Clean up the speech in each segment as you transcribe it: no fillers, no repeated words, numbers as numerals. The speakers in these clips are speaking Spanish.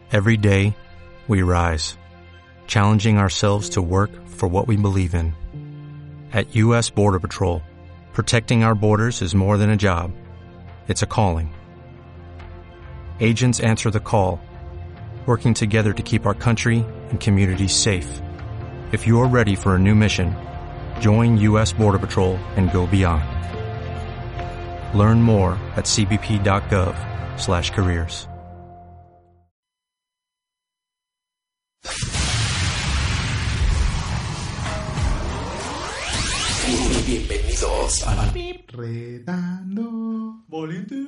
Every day, we rise, challenging ourselves to work for what we believe in. At U.S. Border Patrol, protecting our borders is more than a job. It's a calling. Agents answer the call, working together to keep our country and communities safe. If you're ready for a new mission, join U.S. Border Patrol and go beyond. Learn more at cbp.gov/careers. Bienvenidos a Retando Valientes.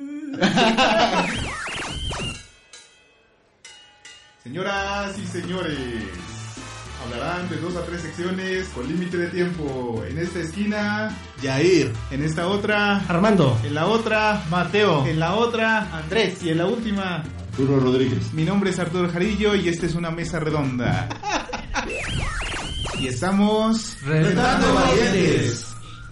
Señoras y señores, hablarán de 2 a 3 secciones con límite de tiempo. En esta esquina, Yair. En esta otra, Armando. En la otra, Mateo. En la otra, Andrés. Y en la última, Arturo Rodríguez. Mi nombre es Arturo Jarillo y esta es una mesa redonda. Y estamos Retando Valientes.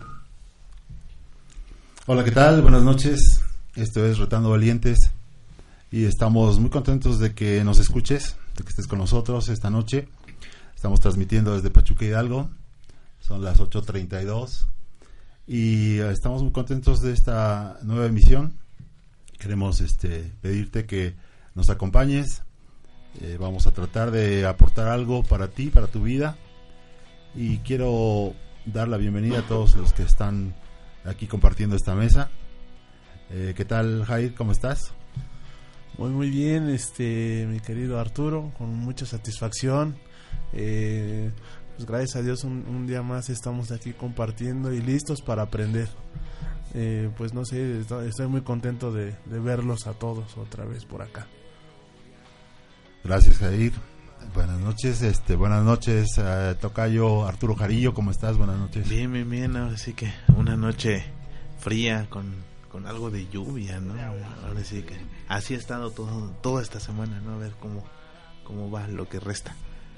Hola, ¿qué tal? Buenas noches. Esto es Retando Valientes y estamos muy contentos de que nos escuches, de que estés con nosotros esta noche. Estamos transmitiendo desde Pachuca Hidalgo. Son las 8:32 y estamos muy contentos de esta nueva emisión. Queremos pedirte que nos acompañes. Vamos a tratar de aportar algo para ti, para tu vida. Y quiero dar la bienvenida a todos los que están aquí compartiendo esta mesa. ¿Qué tal, Jair? ¿Cómo estás? Muy bien, mi querido Arturo, con mucha satisfacción. Pues gracias a Dios un día más estamos aquí compartiendo y listos para aprender. Pues no sé, estoy muy contento de verlos a todos otra vez por acá. Gracias, Jair. Buenas noches, tocayo Arturo Jarillo, ¿cómo estás? Buenas noches. Bien, ahora sí que una noche fría con algo de lluvia, ¿no? Ahora sí que así ha estado toda esta semana, ¿no? A ver cómo va lo que resta.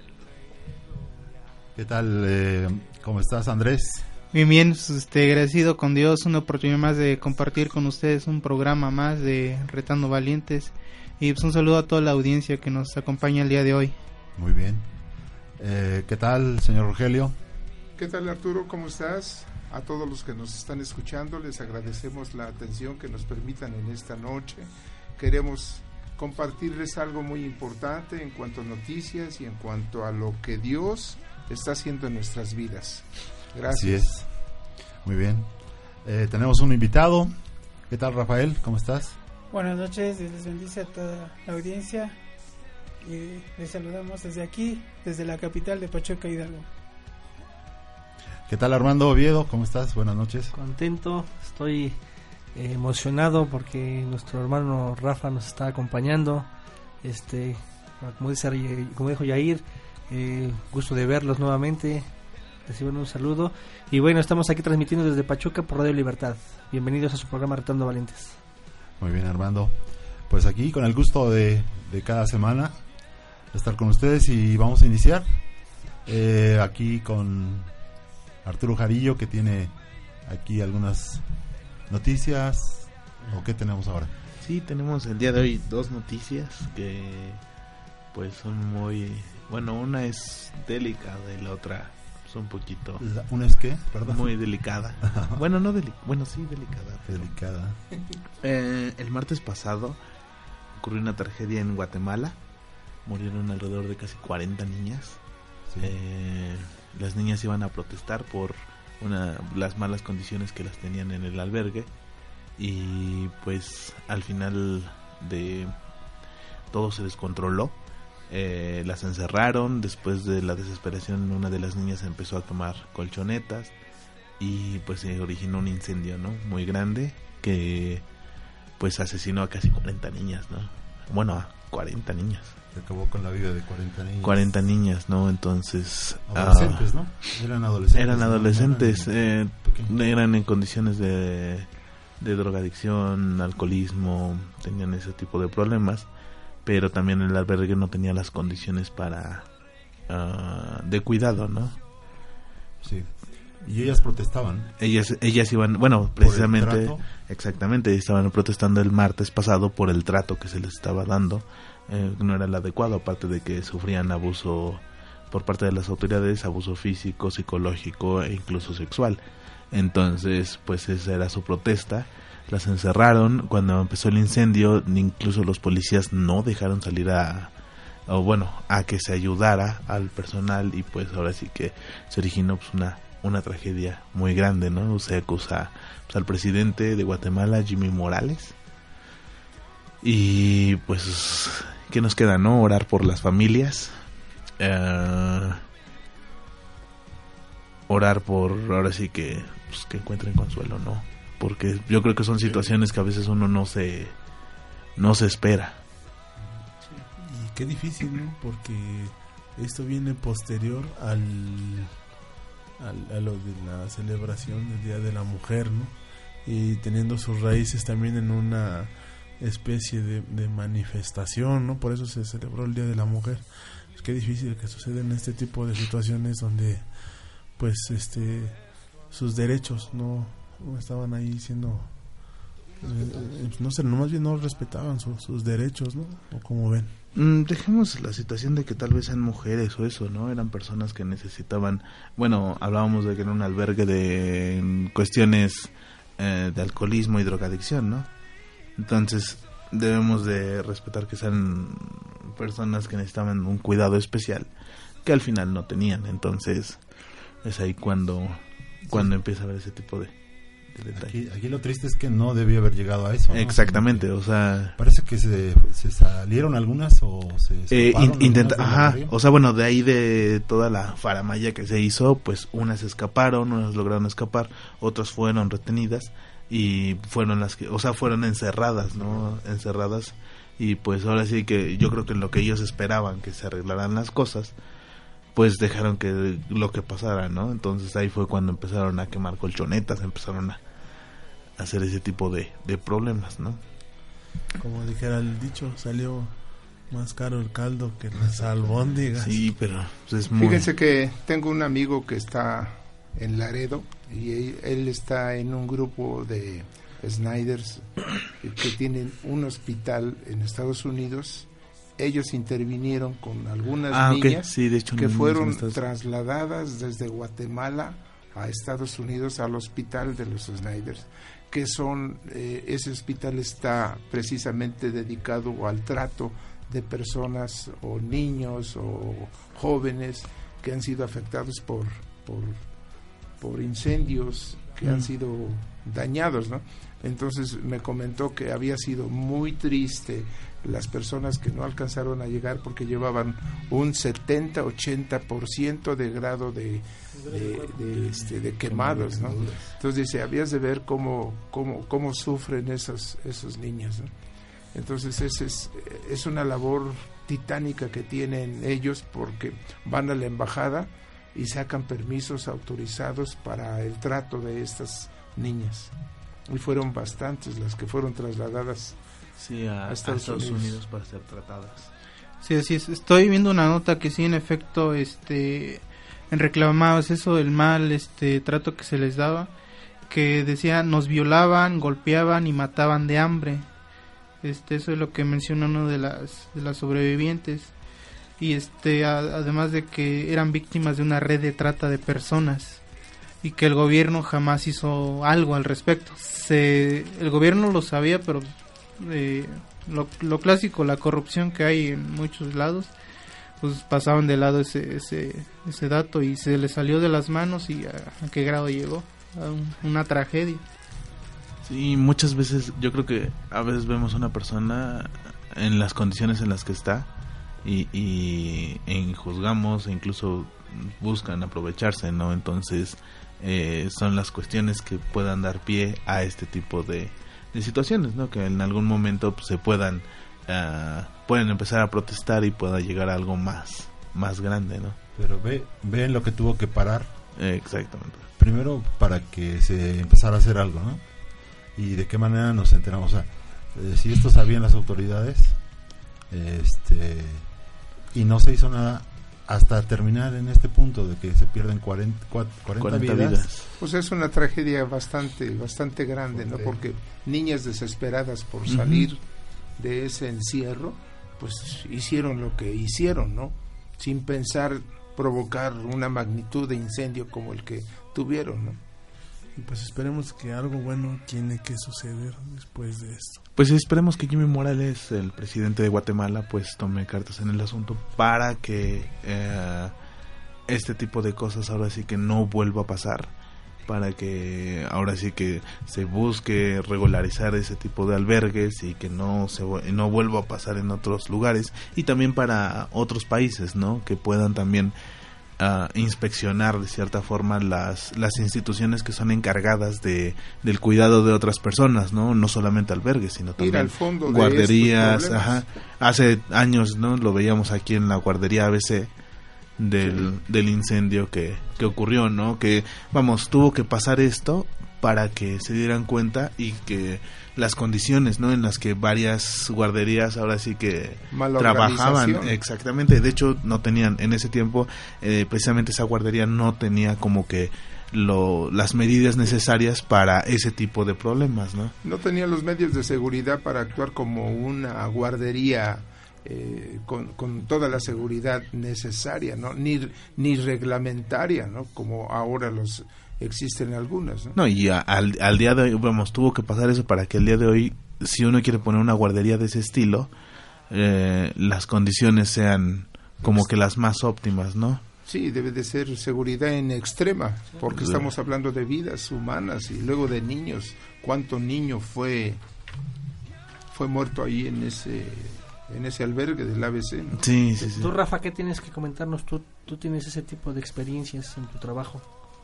¿Qué tal? ¿Cómo estás, Andrés? Bien, agradecido con Dios, una oportunidad más de compartir con ustedes un programa más de Retando Valientes. Y pues un saludo a toda la audiencia que nos acompaña el día de hoy. Muy bien. ¿Qué tal, señor Rogelio? ¿Qué tal, Arturo? ¿Cómo estás? A todos los que nos están escuchando, les agradecemos la atención que nos permitan en esta noche. Queremos compartirles algo muy importante en cuanto a noticias y en cuanto a lo que Dios está haciendo en nuestras vidas. Gracias. Así es. Muy bien. Tenemos un invitado. ¿Qué tal, Rafael? ¿Cómo estás? Buenas noches, Dios les bendice a toda la audiencia y les saludamos desde aquí, desde la capital de Pachuca Hidalgo. ¿Qué tal, Armando Oviedo? ¿Cómo estás? Buenas noches. Contento, estoy emocionado porque nuestro hermano Rafa nos está acompañando. Como dijo Yair, gusto de verlos nuevamente. Reciban un saludo y bueno, estamos aquí transmitiendo desde Pachuca por Radio Libertad. Bienvenidos a su programa Retando Valientes. Muy bien, Armando. Pues aquí con el gusto de cada semana estar con ustedes y vamos a iniciar aquí con Arturo Jarillo, que tiene aquí algunas noticias. ¿O qué tenemos ahora? Sí, tenemos el día de hoy 2 noticias que pues son muy... Bueno, una es delicada y la otra es un poquito... ¿Una es qué? Perdón. Muy delicada. Bueno, no bueno, sí, delicada. Delicada. El martes pasado ocurrió una tragedia en Guatemala. Murieron alrededor de casi 40 niñas. Sí. Las niñas iban a protestar por las malas condiciones que las tenían en el albergue. Y pues al final de todo se descontroló. Las encerraron. Después de la desesperación, una de las niñas empezó a quemar colchonetas y pues se originó un incendio, ¿no? Muy grande que pues asesinó a casi 40 niñas, ¿no? Bueno, a 40 niñas. Se acabó con la vida de 40 niñas. 40 niñas, ¿no? Entonces... Adolescentes, ¿no? Eran adolescentes. Eran adolescentes. Eran en condiciones de drogadicción, alcoholismo, tenían ese tipo de problemas. Pero también el albergue no tenía las condiciones para de cuidado, ¿no? Sí. Y ellas protestaban. Ellas iban, bueno, precisamente, exactamente, estaban protestando el martes pasado por el trato que se les estaba dando no era el adecuado, aparte de que sufrían abuso por parte de las autoridades, abuso físico, psicológico e incluso sexual. Entonces, pues esa era su protesta. Las encerraron. Cuando empezó el incendio, incluso los policías no dejaron salir a que se ayudara al personal, y pues ahora sí que se originó pues una tragedia muy grande, ¿no? Se acusa pues al presidente de Guatemala, Jimmy Morales, y pues ¿qué nos queda, no? Orar por las familias, orar por, ahora sí que pues, que encuentren consuelo, ¿no? Porque yo creo que son situaciones que a veces uno no se espera. Y qué difícil, ¿no? Porque esto viene posterior a lo de la celebración del Día de la Mujer, ¿no? Y teniendo sus raíces también en una especie de manifestación, ¿no? Por eso se celebró el Día de la Mujer. Es que difícil que suceden este tipo de situaciones donde pues sus derechos no estaban ahí siendo no sé, más bien no respetaban sus derechos, ¿no? ¿O cómo ven? Dejemos la situación de que tal vez sean mujeres o eso, ¿no? Eran personas que necesitaban, bueno, hablábamos de que era un albergue de cuestiones de alcoholismo y drogadicción, ¿no? Entonces debemos de respetar que sean personas que necesitaban un cuidado especial que al final no tenían. Entonces es ahí cuando empieza a haber ese tipo de detalles. Aquí lo triste es que no debió haber llegado a eso, ¿no? Exactamente, o sea, parece que se salieron algunas o se escaparon o sea, bueno, de ahí de toda la faramalla que se hizo, pues unas escaparon, unas lograron escapar, otras fueron retenidas y fueron las que, o sea, fueron encerradas, ¿no? Encerradas, y pues ahora sí que yo creo que en lo que ellos esperaban que se arreglaran las cosas, pues dejaron que lo que pasara, ¿no? Entonces ahí fue cuando empezaron a quemar colchonetas, empezaron a hacer ese tipo de problemas, ¿no? Como dijera el dicho, salió más caro el caldo que las albóndigas. Sí, pero pues es muy... Fíjense que tengo un amigo que está en Laredo y él está en un grupo de Snyders que tienen un hospital en Estados Unidos. Ellos intervinieron con algunas niñas sí, de hecho, que fueron trasladadas desde Guatemala a Estados Unidos al hospital de los Snyders, que son ese hospital está precisamente dedicado al trato de personas o niños o jóvenes que han sido afectados por incendios, que han sido dañados, ¿no? Entonces me comentó que había sido muy triste las personas que no alcanzaron a llegar porque llevaban un 70-80% de grado de quemados, ¿no? Entonces dice, habías de ver cómo sufren esos niños, ¿no? Entonces es una labor titánica que tienen ellos, porque van a la embajada y sacan permisos autorizados para el trato de estas niñas, y fueron bastantes las que fueron trasladadas a Estados Unidos para ser tratadas. Sí, así es. Estoy viendo una nota que sí, en efecto, reclamaban eso, el mal trato que se les daba, que decía, nos violaban, golpeaban y mataban de hambre. Eso es lo que menciona uno de las sobrevivientes. Y además de que eran víctimas de una red de trata de personas y que el gobierno jamás hizo algo al respecto. El gobierno lo sabía, pero lo clásico, la corrupción que hay en muchos lados, pues pasaban de lado ese dato y se le salió de las manos. Y a qué grado llegó, a una tragedia. Sí, muchas veces yo creo que a veces vemos a una persona en las condiciones en las que está y juzgamos e incluso buscan aprovecharse, ¿no? Entonces son las cuestiones que puedan dar pie a este tipo de situaciones, ¿no? Que en algún momento pues, se pueden empezar a protestar y pueda llegar a algo más grande, ¿no? Pero ven lo que tuvo que parar. Exactamente. Primero para que se empezara a hacer algo, ¿no? Y de qué manera nos enteramos. O sea, si esto sabían las autoridades, y no se hizo nada hasta terminar en este punto de que se pierden 40 vidas. Pues es una tragedia bastante grande, ¿no? Porque niñas desesperadas por salir de ese encierro, pues hicieron lo que hicieron, ¿no? Sin pensar provocar una magnitud de incendio como el que tuvieron, ¿no? Y pues esperemos que algo bueno tiene que suceder después de esto. Pues esperemos que Jimmy Morales, el presidente de Guatemala, pues tome cartas en el asunto para que este tipo de cosas ahora sí que no vuelva a pasar, para que ahora sí que se busque regularizar ese tipo de albergues y que no vuelva a pasar en otros lugares, y también para otros países, ¿no? Que puedan también inspeccionar de cierta forma las instituciones que son encargadas del cuidado de otras personas, no solamente albergues, sino también ir al fondo guarderías. De ajá. Hace años, ¿no? Lo veíamos aquí en la guardería ABC del incendio que ocurrió, ¿no? Que tuvo que pasar esto para que se dieran cuenta y que las condiciones, ¿no? En las que varias guarderías ahora sí que trabajaban, exactamente. De hecho, no tenían en ese tiempo, precisamente esa guardería no tenía como que las medidas necesarias para ese tipo de problemas, ¿no? No tenía los medios de seguridad para actuar como una guardería con toda la seguridad necesaria, ¿no? Ni reglamentaria, ¿no? Como ahora existen algunas, ¿no? No, y al día de hoy, tuvo que pasar eso para que el día de hoy, si uno quiere poner una guardería de ese estilo, las condiciones sean como que las más óptimas, ¿no? Sí, debe de ser seguridad en extrema, porque estamos hablando de vidas humanas y luego de niños. ¿Cuánto niño fue muerto ahí en ese albergue del ABC, ¿no? Sí. Tú, Rafa, ¿qué tienes que comentarnos? Tú tienes ese tipo de experiencias en tu trabajo.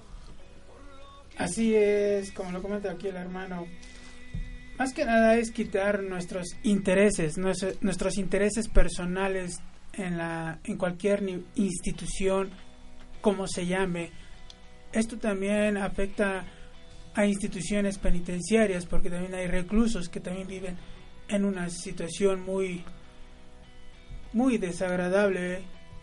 Así es, como lo comenta aquí el hermano. Más que nada es quitar nuestros intereses personales en cualquier institución, como se llame. Esto también afecta a instituciones penitenciarias, porque también hay reclusos que también viven en una situación muy desagradable,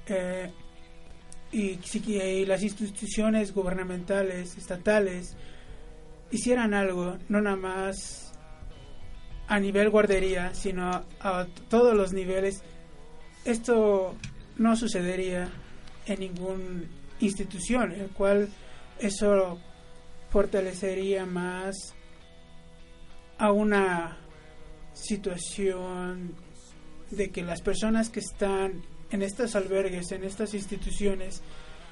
y si las instituciones gubernamentales, estatales, hicieran algo, no nada más a nivel guardería, sino a todos los niveles, esto no sucedería en ninguna institución, el cual eso fortalecería más a una situación de que las personas que están en estos albergues, en estas instituciones,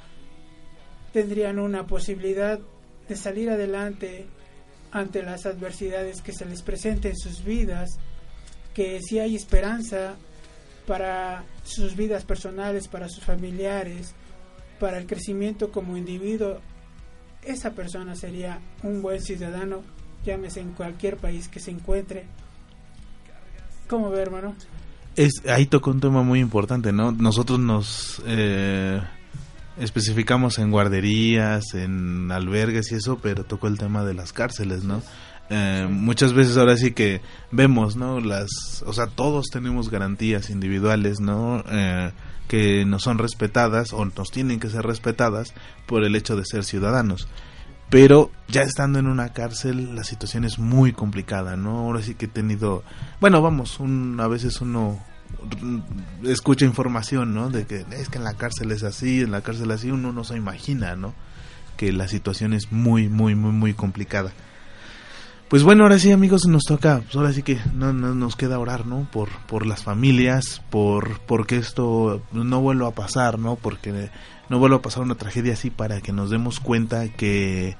tendrían una posibilidad de salir adelante ante las adversidades que se les presenten en sus vidas, que sí hay esperanza para sus vidas personales, para sus familiares, para el crecimiento como individuo. Esa persona sería un buen ciudadano, llámese en cualquier país que se encuentre. ¿Cómo ve, hermano? Ahí tocó un tema muy importante, ¿no? Nosotros nos especificamos en guarderías, en albergues y eso, pero tocó el tema de las cárceles, ¿no? Muchas veces ahora sí que vemos, ¿no? Todos tenemos garantías individuales, ¿no? Que no son respetadas o nos tienen que ser respetadas por el hecho de ser ciudadanos. Pero ya estando en una cárcel la situación es muy complicada, ¿no? Ahora sí que he tenido... a veces uno escucha información, ¿no? De que es que en la cárcel es así, uno no se imagina, ¿no? Que la situación es muy, muy, muy, muy complicada. Pues bueno, ahora sí, amigos, nos toca, pues ahora sí que no nos queda orar, ¿no? Por las familias, porque esto no vuelva a pasar, ¿no? Porque no vuelva a pasar una tragedia así, para que nos demos cuenta que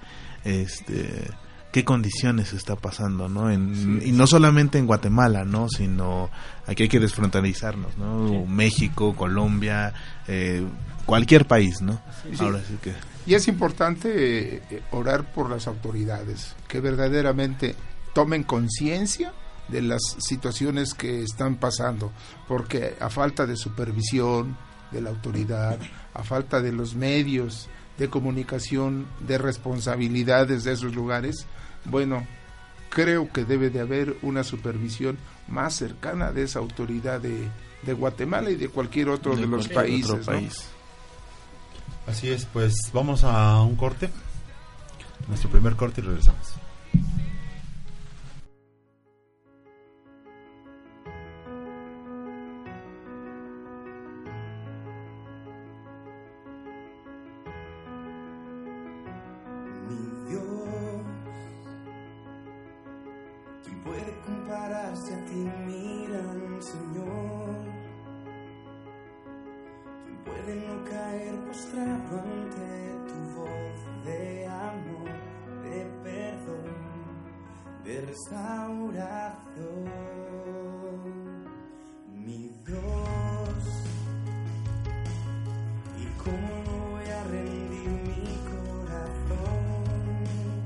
qué condiciones está pasando, ¿no? Y no solamente en Guatemala, ¿no? Sino aquí hay que desfronterizarnos, ¿no? Sí. México, Colombia, cualquier país, ¿no? Sí. Ahora sí que... Y es importante orar por las autoridades, que verdaderamente tomen conciencia de las situaciones que están pasando, porque a falta de supervisión de la autoridad, a falta de los medios de comunicación, de responsabilidades de esos lugares, bueno, creo que debe de haber una supervisión más cercana de esa autoridad de Guatemala y de cualquier otro de los países, ¿no? Así es, pues vamos a un corte, nuestro primer corte, y regresamos. compararse a ti mi gran Señor? ¿Quién puede no caer postrado ante tu voz de amor, de perdón, de restauración? Mi Dios, ¿y cómo no voy a rendir mi corazón?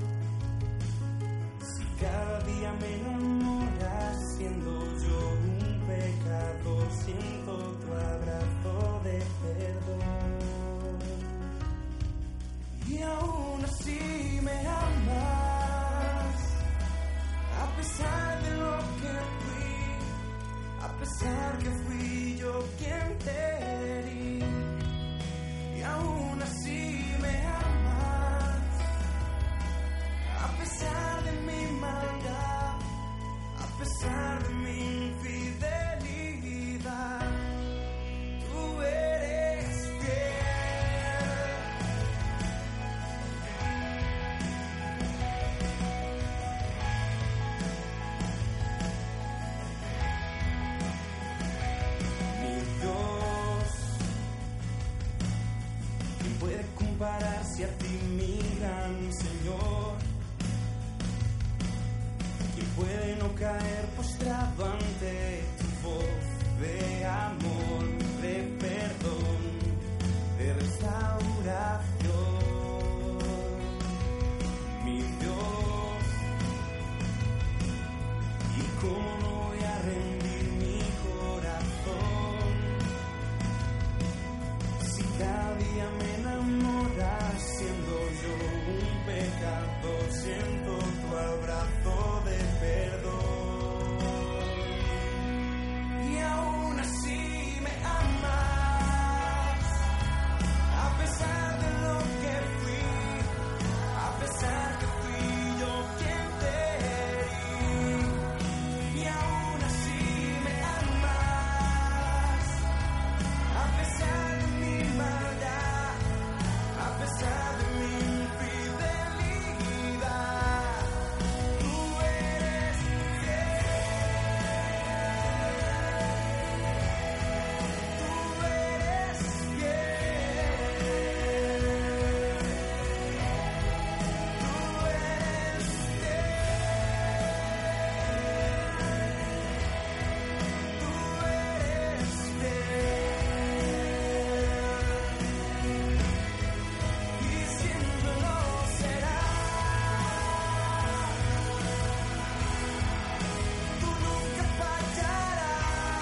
Si cada día me enamoras, siendo yo un pecador, siento tu abrazo de perdón. Y aún así me amas, a pesar de lo que fui, a pesar que fui yo quien te herí. Y aún así me amas, a pesar de mi maldad, a pesar de mi infidelidad. Tú eres fiel. Mi Dios, ¿quién puede compararse a ti, mi gran Señor? ¿Quién puede no caer postrado ante tu voz de amor, de perdón, de restauración? Mi Dios, ¿y cómo no voy a rendir mi corazón? Si cada día me enamoras, siendo yo un pecador, siento tu abrazo de perdón. Y aún así me amas, a pesar de lo que fui, a pesar que fui yo quien te herí. Y aún así me amas, a pesar de mi maldad, a pesar de mi infidelidad. Tú eres fiel. Tú eres y siempre lo serás. Tú nunca fallarás.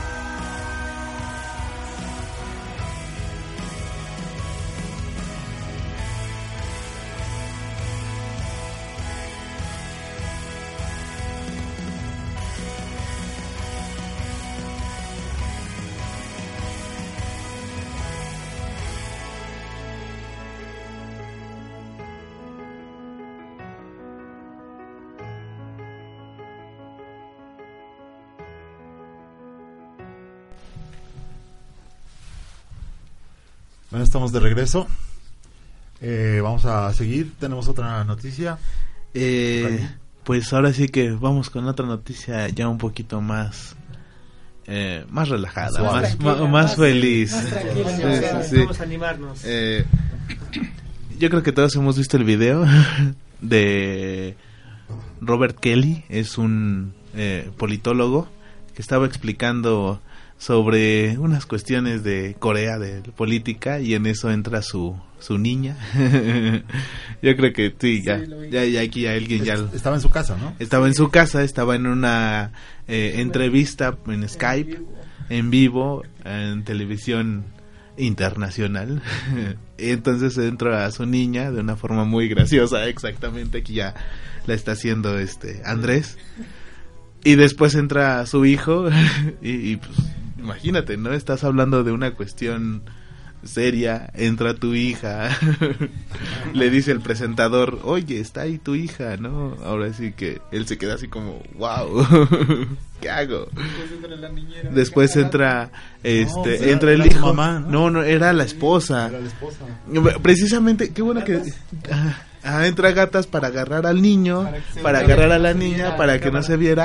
Bueno, estamos de regreso. Vamos a seguir. Tenemos otra noticia. Pues ahora sí que vamos con otra noticia ya un poquito más más relajada, más feliz. Más tranquila, Sí. vamos a animarnos. Yo creo que todos hemos visto el video de Robert Kelly, es un politólogo que estaba explicando sobre unas cuestiones de Corea, de política, y en eso entra su niña. Yo creo que sí, ya aquí ya alguien ya... Estaba en su casa, ¿no? Estaba en su casa, estaba en una entrevista en Skype, en vivo, en televisión internacional. Entonces entra a su niña de una forma muy graciosa, exactamente, aquí ya la está haciendo Andrés. Y después entra su hijo y pues imagínate, ¿no? Estás hablando de una cuestión seria, entra tu hija, le dice el presentador, oye, está ahí tu hija, ¿no? Ahora sí que él se queda así como, wow, ¿qué hago? Después entra entra el hijo, mamá, ¿no? Era la esposa. Precisamente, qué bueno que entra Gatas para agarrar al niño, para agarrar a la niña, para que no se viera,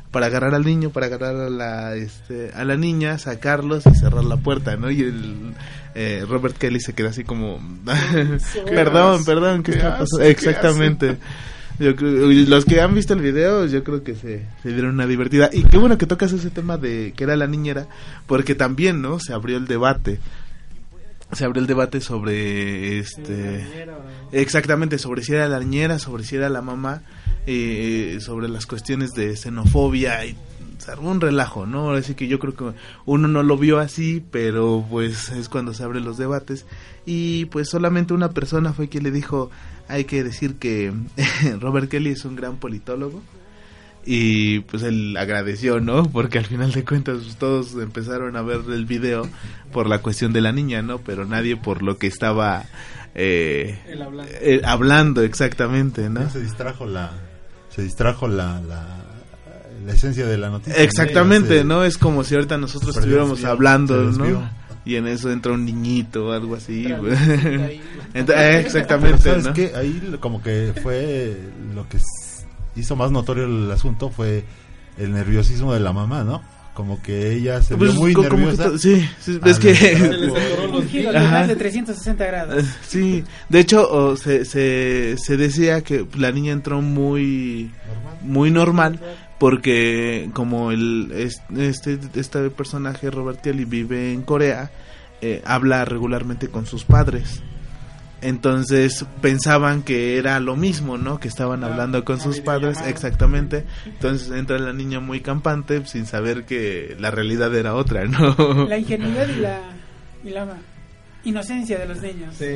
para agarrar al niño, para agarrar a la niña, sacarlos y cerrar la puerta, ¿no? Y el Robert Kelly se queda así como perdón, ¿qué está pasando? Exactamente. Yo creo, los que han visto el video, yo creo que se dieron una divertida. Y qué bueno que tocas ese tema de que era la niñera, porque también, ¿no? Se abrió el debate sobre exactamente, sobre si era la niñera, sobre si era la mamá, sobre las cuestiones de xenofobia, y se armó un relajo, ¿no? Así que yo creo que uno no lo vio así, pero pues es cuando se abren los debates. Y pues solamente una persona fue quien le dijo: hay que decir que Robert Kelly es un gran politólogo. Y pues él agradeció, ¿no? Porque al final de cuentas pues, todos empezaron a ver el video por la cuestión de la niña, ¿no? Pero nadie por lo que estaba hablando, exactamente, ¿no? Se distrajo la esencia de la noticia. Exactamente, ¿no? Es como si ahorita nosotros estuviéramos hablando, ¿no? Y en eso entra un niñito o algo así. Exactamente, ¿sabes ¿no? qué? Ahí como que fue lo que hizo más notorio el asunto fue el nerviosismo de la mamá, ¿no? Como que ella se vio muy nerviosa. Sí, es que un giro de más de 360 grados. Sí, de hecho se decía que la niña entró muy normal, porque como este personaje Robert Kelly vive en Corea, habla regularmente con sus padres. Entonces pensaban que era lo mismo, ¿no? Que estaban hablando con sus padres, exactamente. Entonces entra la niña muy campante sin saber que la realidad era otra, ¿no? La ingenuidad y la inocencia de los niños. Sí,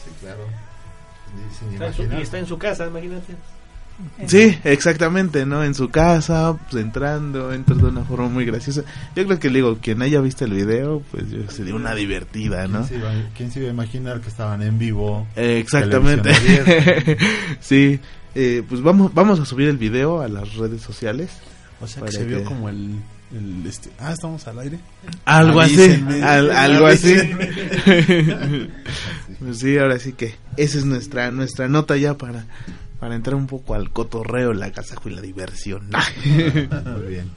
claro. Y está en su casa, imagínate. Sí, exactamente, ¿no? En su casa, pues entra de una forma muy graciosa. Yo creo que le digo, quien haya visto el video, pues se dio una divertida, ¿no? ¿Quién se iba a imaginar que estaban en vivo? Exactamente. Sí, pues vamos a subir el video a las redes sociales. O sea, que se vio como estamos al aire. Algo así, algo así. Pues sí, ahora sí que esa es nuestra nota ya para entrar un poco al cotorreo, la agasajo y la diversión. Muy bien.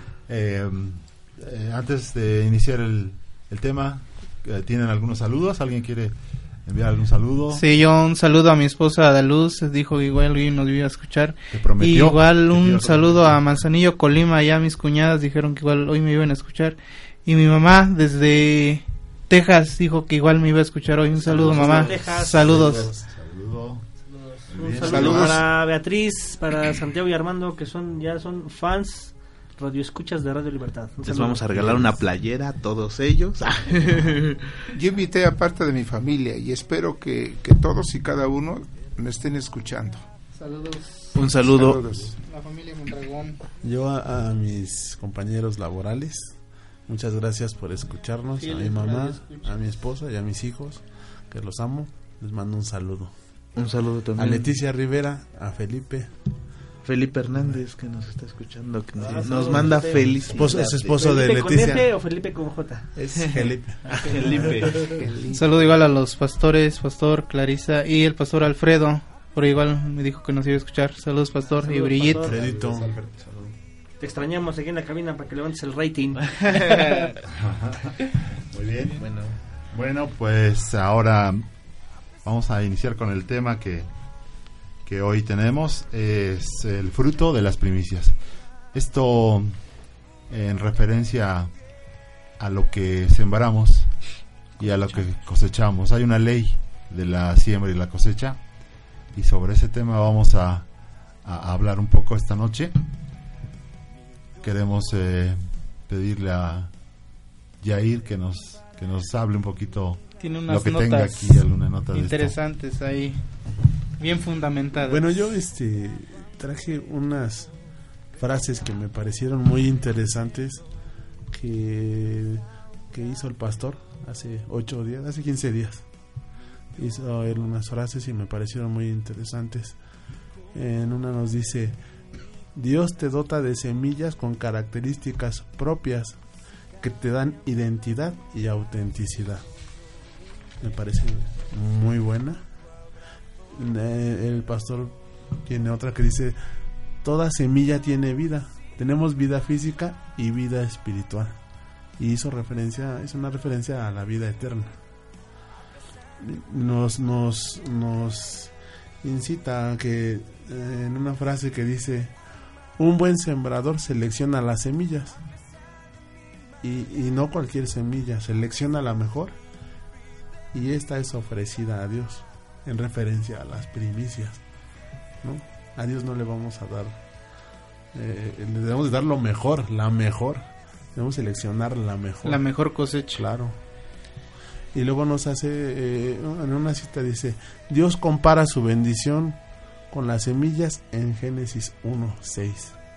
Antes de iniciar el tema, ¿tienen algunos saludos? ¿Alguien quiere enviar algún saludo? Sí, yo un saludo a mi esposa Adaluz, dijo igual hoy nos iba a escuchar. Te prometió. Igual un saludo a Manzanillo, Colima, ya mis cuñadas dijeron que igual hoy me iban a escuchar. Y mi mamá desde Texas dijo que igual me iba a escuchar hoy. Un saludo, mamá. Saludos. Un saludo para Beatriz, para Santiago y Armando, que ya son fans radioescuchas de Radio Libertad. Les vamos a regalar una playera a todos ellos. Yo invité a parte de mi familia y espero que todos y cada uno me estén escuchando. Saludos. Un saludo. Saludos. La familia Mondragón. Yo a mis compañeros laborales, muchas gracias por escucharnos. A mi mamá, a mi esposa y a mis hijos, que los amo, les mando un saludo. Un saludo también a Leticia Rivera, a Felipe Hernández, que nos está escuchando, que nos manda feliz. Es esposo de ¿Felipe Leticia. con F o Felipe con J? Es Felipe. Un saludo igual a los pastores, Pastor Clarisa y el Pastor Alfredo, por igual me dijo que nos iba a escuchar. Saludos, Pastor. Saludos, y Brigitte. Alfredito. Te extrañamos aquí en la cabina para que levantes el rating. Muy bien. Bueno, pues ahora vamos a iniciar con el tema que hoy tenemos. Es el fruto de las primicias. Esto en referencia a lo que sembramos y a lo que cosechamos. Hay una ley de la siembra y la cosecha, y sobre ese tema vamos a hablar un poco esta noche. Queremos pedirle a Yair que nos hable un poquito. Tiene unas lo que notas tenga aquí, alguna nota interesantes ahí, bien fundamentadas. Bueno, yo traje unas frases que me parecieron muy interesantes que hizo el pastor hace 15 días. Hizo él unas frases y me parecieron muy interesantes. En una nos dice: Dios te dota de semillas con características propias que te dan identidad y autenticidad. Me parece muy buena. El pastor tiene otra que dice: toda semilla tiene vida, Tenemos vida física y vida espiritual. Y es una referencia a la vida eterna. Nos incita a que, en una frase que dice, un buen sembrador selecciona las semillas. Y no cualquier semilla, selecciona la mejor. Y esta es ofrecida a Dios, en referencia a las primicias, ¿no? A Dios no le vamos a dar, le debemos dar lo mejor, la mejor. Debemos seleccionar la mejor. La mejor cosecha. Claro. Y luego nos hace, en una cita dice, Dios compara su bendición con las semillas en Génesis 1:6.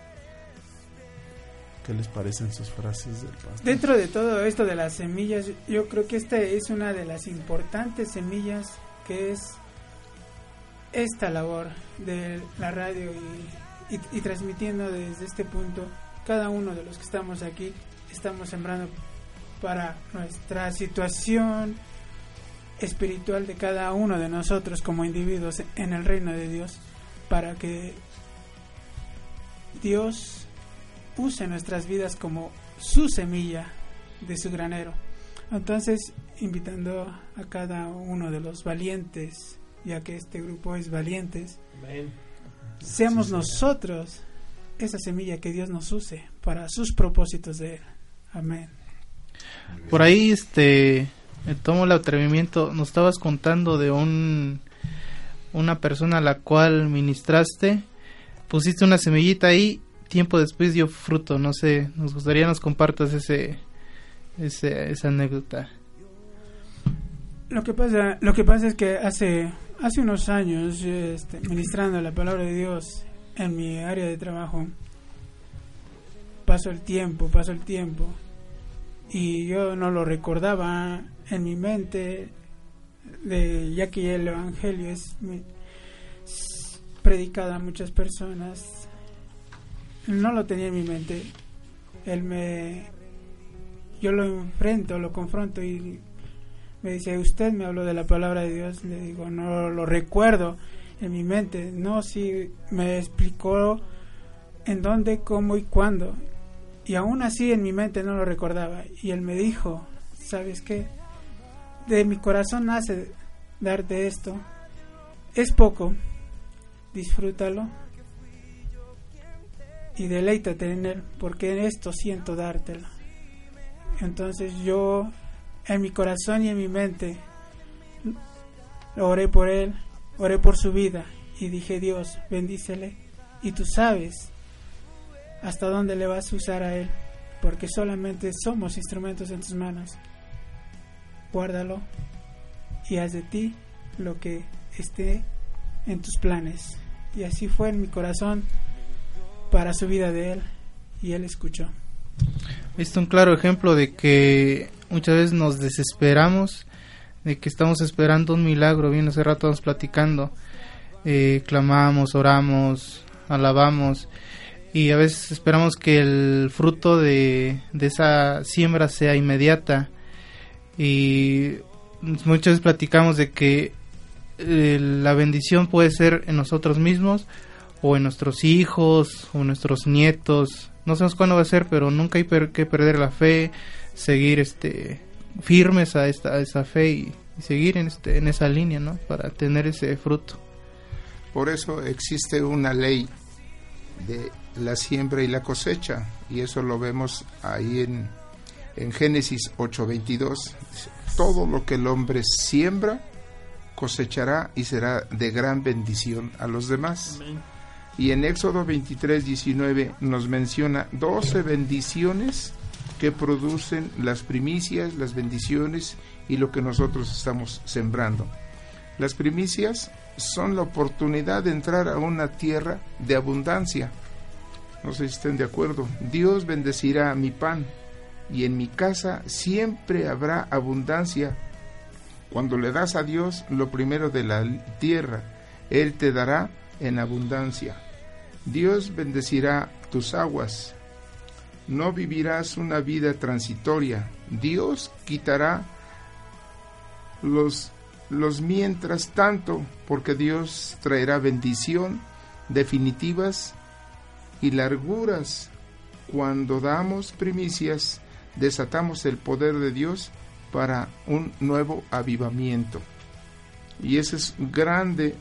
¿Qué les parecen sus frases del pastor? Dentro de todo esto de las semillas, yo creo que esta es una de las importantes semillas, que es esta labor de la radio y transmitiendo desde este punto. Cada uno de los que estamos aquí estamos sembrando para nuestra situación espiritual de cada uno de nosotros como individuos en el reino de Dios, para que Dios use nuestras vidas como su semilla de su granero. Entonces, invitando a cada uno de los valientes, ya que este grupo es valientes, seamos nosotros esa semilla que Dios nos use para sus propósitos de Él. Amén. Por ahí me tomo el atrevimiento. Nos estabas contando de una persona a la cual ministraste, pusiste una semillita ahí, tiempo después dio fruto. No sé, nos gustaría nos compartas esa anécdota. Lo que pasa es que hace unos años, ministrando la palabra de Dios en mi área de trabajo, pasó el tiempo y yo no lo recordaba en mi mente, ya que el evangelio es predicado a muchas personas. No lo tenía en mi mente. Yo lo enfrento, lo confronto y me dice, usted me habló de la palabra de Dios. Le digo, no lo recuerdo en mi mente. No, sí me explicó en dónde, cómo y cuándo, y aún así en mi mente no lo recordaba. Y él me dijo, ¿sabes qué? De mi corazón nace darte esto. Es poco, disfrútalo y deleítate en él, porque en esto siento dártelo. Entonces yo, en mi corazón y en mi mente, oré por él, oré por su vida y dije, Dios, bendícele, y tú sabes hasta dónde le vas a usar a él, porque solamente somos instrumentos en tus manos. Guárdalo y haz de ti lo que esté en tus planes. Y así fue en mi corazón para su vida de él, y él escuchó. Es un claro ejemplo de que muchas veces nos desesperamos, de que estamos esperando un milagro. Bien, hace rato estamos platicando, clamamos, oramos, alabamos, y a veces esperamos que el fruto de esa siembra sea inmediata, y muchas veces platicamos de que la bendición puede ser en nosotros mismos, o en nuestros hijos, o en nuestros nietos. No sabemos cuándo va a ser, pero nunca hay que perder la fe, seguir firmes a esa fe y seguir en esa línea, ¿no? Para tener ese fruto. Por eso existe una ley de la siembra y la cosecha, y eso lo vemos ahí en Génesis 8:22. Todo lo que el hombre siembra cosechará y será de gran bendición a los demás. Amén. Y en Éxodo 23:19 nos menciona 12 bendiciones que producen las primicias, las bendiciones y lo que nosotros estamos sembrando. Las primicias son la oportunidad de entrar a una tierra de abundancia. No sé si estén de acuerdo. Dios bendecirá mi pan y en mi casa siempre habrá abundancia. Cuando le das a Dios lo primero de la tierra, Él te dará en abundancia. Dios bendecirá tus aguas. No vivirás una vida transitoria. Dios quitará los mientras tanto, porque Dios traerá bendición definitivas y larguras cuando damos primicias, desatamos el poder de Dios para un nuevo avivamiento. Y eso es grande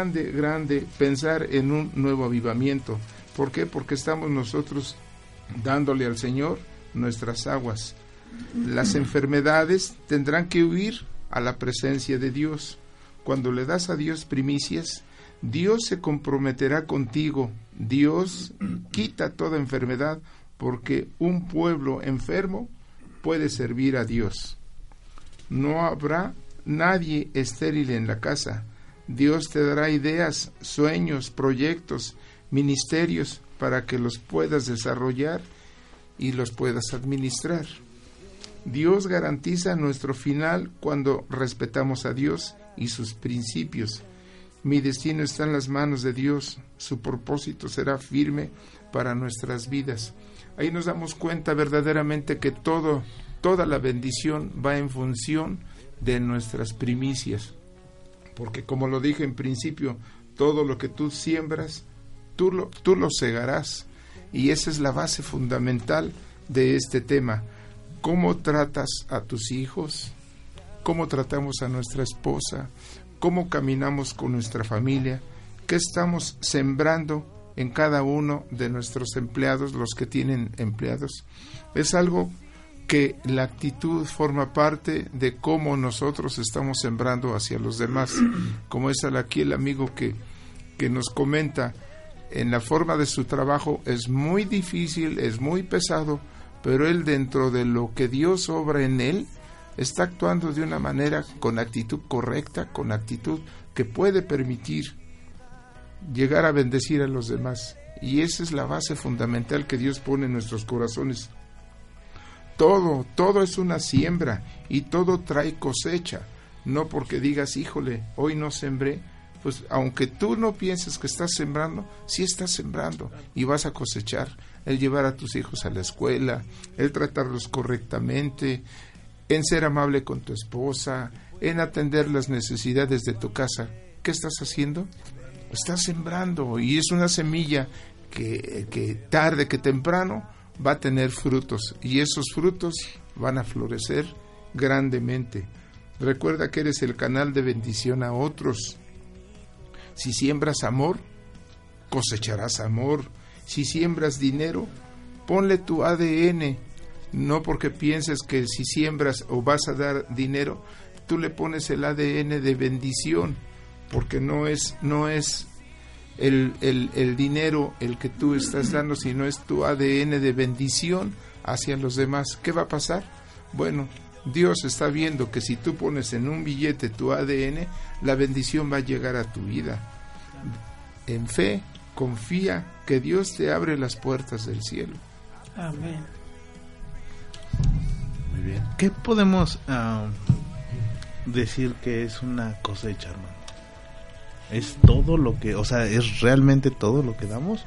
pensar en un nuevo avivamiento. ¿Por qué? Porque estamos nosotros dándole al Señor nuestras aguas. Las enfermedades tendrán que huir a la presencia de Dios. Cuando le das a Dios primicias, Dios se comprometerá contigo. Dios quita toda enfermedad, porque un pueblo enfermo puede servir a Dios. No habrá nadie estéril en la casa. Dios te dará ideas, sueños, proyectos, ministerios para que los puedas desarrollar y los puedas administrar. Dios garantiza nuestro final cuando respetamos a Dios y sus principios. Mi destino está en las manos de Dios, su propósito será firme para nuestras vidas. Ahí nos damos cuenta verdaderamente que toda la bendición va en función de nuestras primicias, porque como lo dije en principio, todo lo que tú siembras, tú lo segarás, y esa es la base fundamental de este tema. ¿Cómo tratas a tus hijos? ¿Cómo tratamos a nuestra esposa? ¿Cómo caminamos con nuestra familia? ¿Qué estamos sembrando en cada uno de nuestros empleados, los que tienen empleados? Es algo que la actitud forma parte de cómo nosotros estamos sembrando hacia los demás, como es aquí el amigo que nos comenta, en la forma de su trabajo es muy difícil, es muy pesado, pero él, dentro de lo que Dios obra en él, está actuando de una manera con actitud correcta, con actitud que puede permitir llegar a bendecir a los demás, y esa es la base fundamental que Dios pone en nuestros corazones. Todo es una siembra y todo trae cosecha. No porque digas, híjole, hoy no sembré, pues aunque tú no pienses que estás sembrando, sí estás sembrando y vas a cosechar. El llevar a tus hijos a la escuela, el tratarlos correctamente, en ser amable con tu esposa, en atender las necesidades de tu casa. ¿Qué estás haciendo? Estás sembrando, y es una semilla que tarde que temprano va a tener frutos, y esos frutos van a florecer grandemente. Recuerda que eres el canal de bendición a otros. Si siembras amor, cosecharás amor. Si siembras dinero, ponle tu ADN. No porque pienses que si siembras o vas a dar dinero, tú le pones el ADN de bendición, porque no es el dinero el que tú estás dando, sino es tu ADN de bendición hacia los demás. ¿Qué va a pasar? Bueno, Dios está viendo que si tú pones en un billete tu ADN, la bendición va a llegar a tu vida. En fe, confía que Dios te abre las puertas del cielo. Amén. Muy bien. ¿Qué podemos decir que es una cosecha, hermano? ¿Es todo lo que, o sea, es realmente todo lo que damos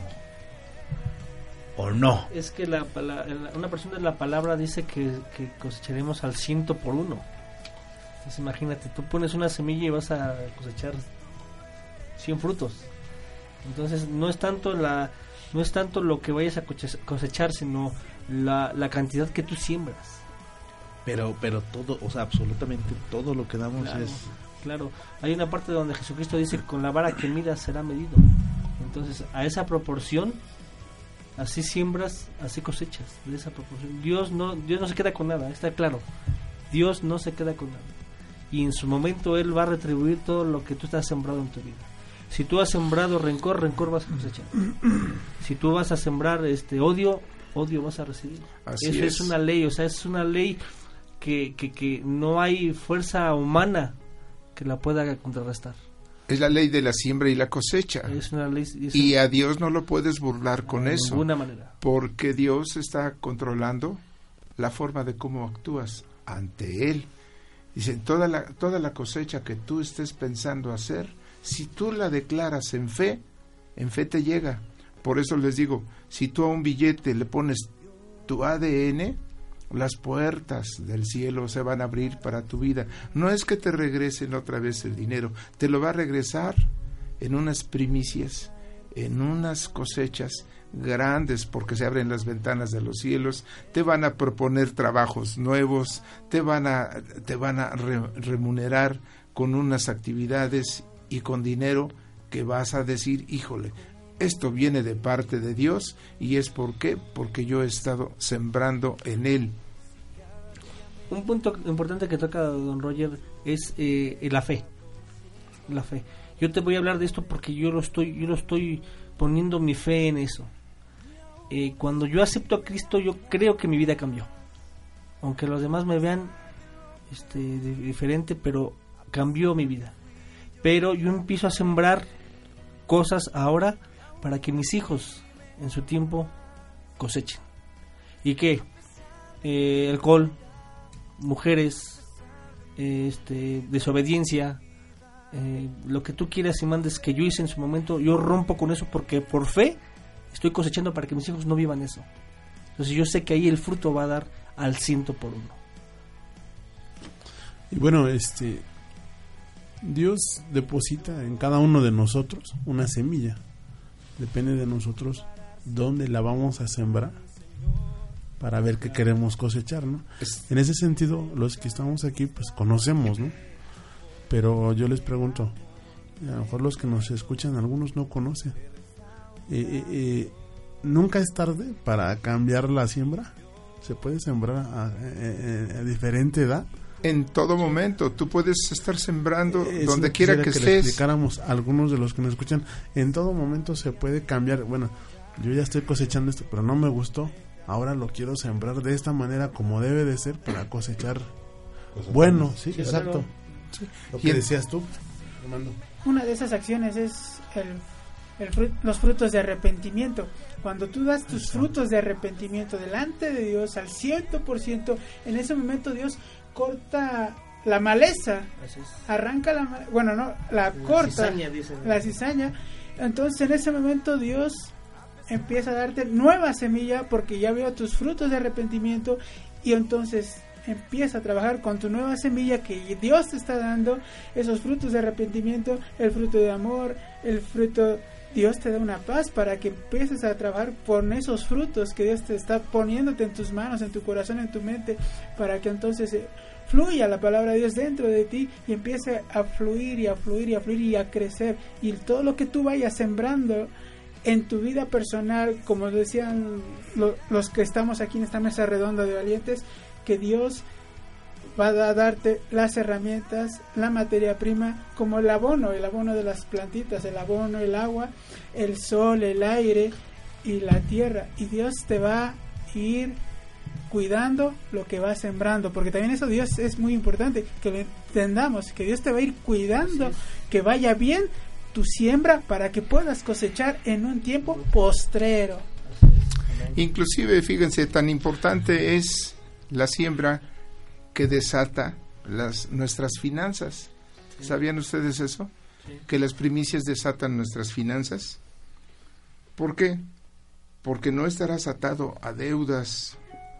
o no? Es que una persona de la palabra dice que cosecharemos al 100 por 1. Entonces imagínate, tú pones una semilla y vas a cosechar 100 frutos. Entonces no es tanto lo que vayas a cosechar, sino la cantidad que tú siembras. Pero todo, o sea, absolutamente todo lo que damos, claro, es... Claro, hay una parte donde Jesucristo dice que con la vara que midas será medido. Entonces, a esa proporción, así siembras, así cosechas, de esa proporción. Dios no se queda con nada, está claro. Dios no se queda con nada. Y en su momento Él va a retribuir todo lo que tú estás sembrado en tu vida. Si tú has sembrado rencor vas a cosechar. Si tú vas a sembrar odio vas a recibir. Eso es una ley, o sea, es una ley que no hay fuerza humana que la pueda contrarrestar. Es la ley de la siembra y la cosecha. Es una ley, y a Dios no lo puedes burlar con eso. De ninguna manera. Porque Dios está controlando la forma de cómo actúas ante Él. Dice, toda la cosecha que tú estés pensando hacer, si tú la declaras en fe te llega. Por eso les digo, si tú a un billete le pones tu ADN, las puertas del cielo se van a abrir para tu vida. No es que te regresen otra vez el dinero, te lo va a regresar en unas primicias, en unas cosechas grandes porque se abren las ventanas de los cielos, te van a proponer trabajos nuevos, te van a remunerar con unas actividades y con dinero que vas a decir, híjole, esto viene de parte de Dios, y es porque yo he estado sembrando en Él. Un punto importante que toca don Roger es la fe. La fe. Yo te voy a hablar de esto porque yo lo estoy poniendo mi fe en eso. Cuando yo acepto a Cristo, yo creo que mi vida cambió. Aunque los demás me vean diferente, pero cambió mi vida. Pero yo empiezo a sembrar cosas ahora para que mis hijos en su tiempo cosechen. ¿Y qué? Alcohol, mujeres, desobediencia, lo que tú quieras y mandes que yo hice en su momento, yo rompo con eso porque por fe estoy cosechando para que mis hijos no vivan eso. Entonces yo sé que ahí el fruto va a dar al 100%. Y bueno, Dios deposita en cada uno de nosotros una semilla. Depende de nosotros dónde la vamos a sembrar para ver qué queremos cosechar, ¿no? En ese sentido, los que estamos aquí, pues conocemos, ¿no? Pero yo les pregunto, a lo mejor los que nos escuchan, algunos no conocen. ¿Nunca es tarde para cambiar la siembra? ¿Se puede sembrar a diferente edad? En todo momento, tú puedes estar sembrando donde quiera que estés. Le explicáramos a algunos de los que nos escuchan, en todo momento se puede cambiar. Bueno, yo ya estoy cosechando esto, pero no me gustó. Ahora lo quiero sembrar de esta manera como debe de ser para cosechar bueno, sí, exacto. Sí. Lo que decías tú, Armando. Una de esas acciones es los frutos de arrepentimiento. Cuando tú das tus frutos de arrepentimiento delante de Dios al 100%, en ese momento Dios corta la maleza, arranca la corta, la cizaña. Entonces en ese momento Dios empieza a darte nueva semilla porque ya veo tus frutos de arrepentimiento, y entonces empieza a trabajar con tu nueva semilla que Dios te está dando, esos frutos de arrepentimiento, el fruto de amor, el fruto. Dios te da una paz para que empieces a trabajar con esos frutos que Dios te está poniéndote en tus manos, en tu corazón, en tu mente, para que entonces fluya la palabra de Dios dentro de ti y empiece a fluir y a fluir y a fluir y a crecer. Y todo lo que tú vayas sembrando en tu vida personal, como decían los que estamos aquí en esta mesa redonda de valientes, que Dios va a darte las herramientas, la materia prima, como el abono de las plantitas, el abono, el agua, el sol, el aire y la tierra. Y Dios te va a ir cuidando lo que vas sembrando, porque también eso Dios es muy importante, que lo entendamos, que Dios te va a ir cuidando, que vaya bien tu siembra para que puedas cosechar en un tiempo postrero. Inclusive, fíjense, tan importante es la siembra que desata nuestras finanzas. Sí. ¿Sabían ustedes eso? Sí. Que las primicias desatan nuestras finanzas. ¿Por qué? Porque no estarás atado a deudas,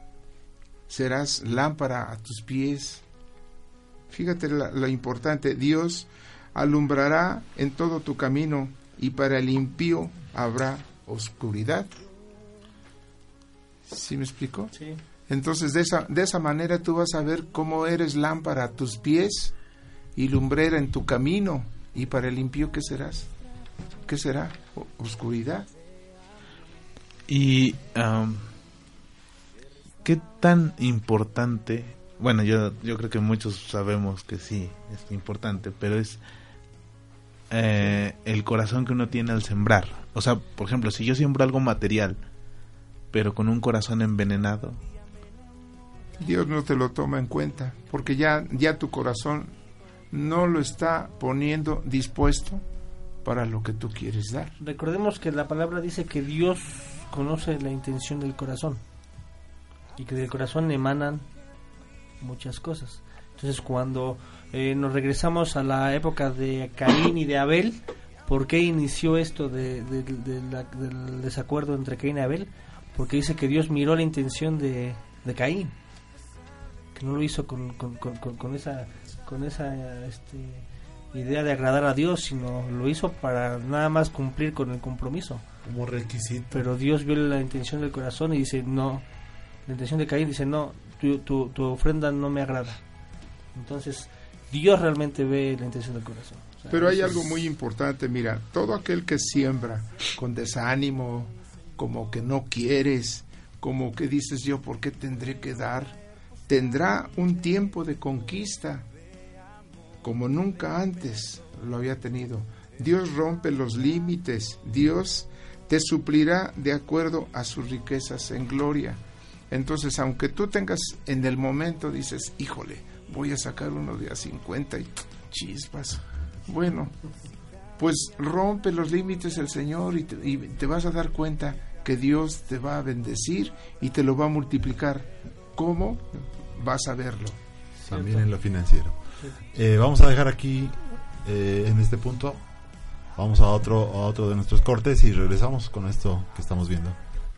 serás lámpara a tus pies. Fíjate lo importante, Dios alumbrará en todo tu camino, y para el impío habrá oscuridad. ¿Sí me explico? Sí. Entonces de esa manera tú vas a ver cómo eres lámpara a tus pies y lumbrera en tu camino. Y para el impío, ¿qué serás? ¿Qué será? Oscuridad. Y ¿qué tan importante? Bueno, yo creo que muchos sabemos que sí, es importante, pero es el corazón que uno tiene al sembrar. O sea, por ejemplo, si yo siembro algo material, pero con un corazón envenenado, Dios no te lo toma en cuenta, porque ya tu corazón no lo está poniendo dispuesto para lo que tú quieres dar. Recordemos que la palabra dice que Dios conoce la intención del corazón, y que del corazón emanan muchas cosas. Entonces, cuando nos regresamos a la época de Caín y de Abel, ¿por qué inició esto del desacuerdo entre Caín y Abel? Porque dice que Dios miró la intención de Caín, que no lo hizo con esa idea de agradar a Dios, sino lo hizo para nada más cumplir con el compromiso. Como requisito. Pero Dios vio la intención del corazón y dice no, la intención de Caín dice no, tu ofrenda no me agrada. Entonces Dios realmente ve la intención del corazón. O sea, pero hay algo muy importante, mira, todo aquel que siembra con desánimo, como que no quieres, como que dices yo, ¿por qué tendré que dar? Tendrá un tiempo de conquista como nunca antes lo había tenido. Dios rompe los límites, Dios te suplirá de acuerdo a sus riquezas en gloria. Entonces, aunque tú tengas en el momento, dices, híjole, voy a sacar uno de a 50 y chispas. Bueno, pues rompe los límites el Señor y te vas a dar cuenta que Dios te va a bendecir y te lo va a multiplicar. ¿Cómo? Vas a verlo. También en lo financiero. Vamos a dejar aquí en este punto. Vamos a otro de nuestros cortes y regresamos con esto que estamos viendo.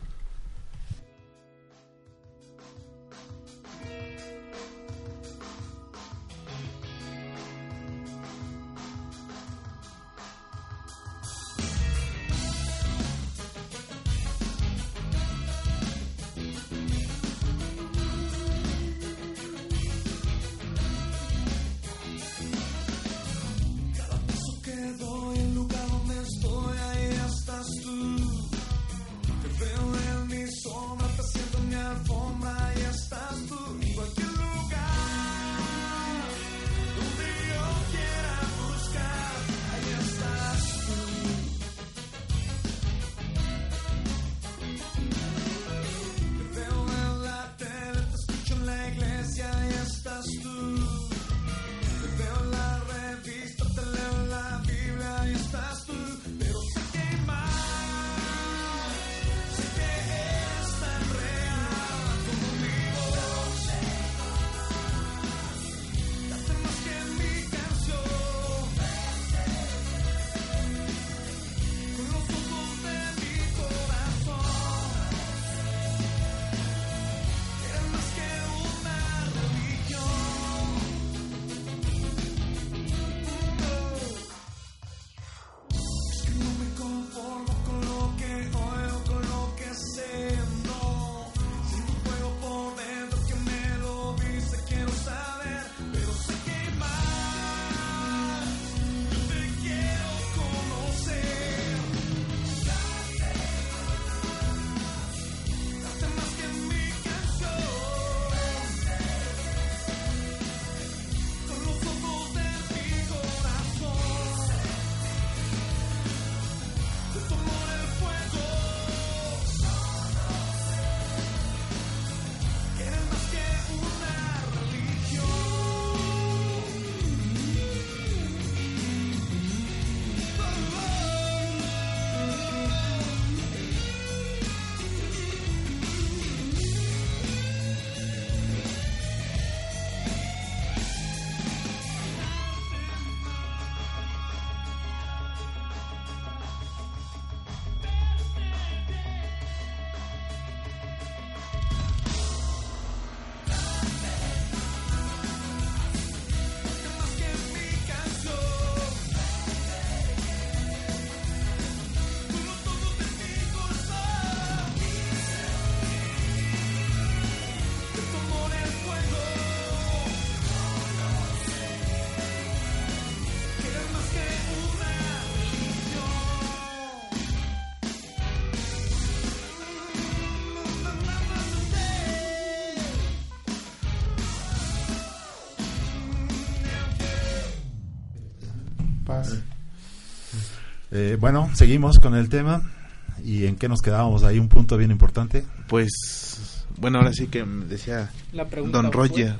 Bueno, seguimos con el tema. ¿Y en qué nos quedábamos? Hay un punto bien importante. Pues, bueno, ahora sí que decía Don Roger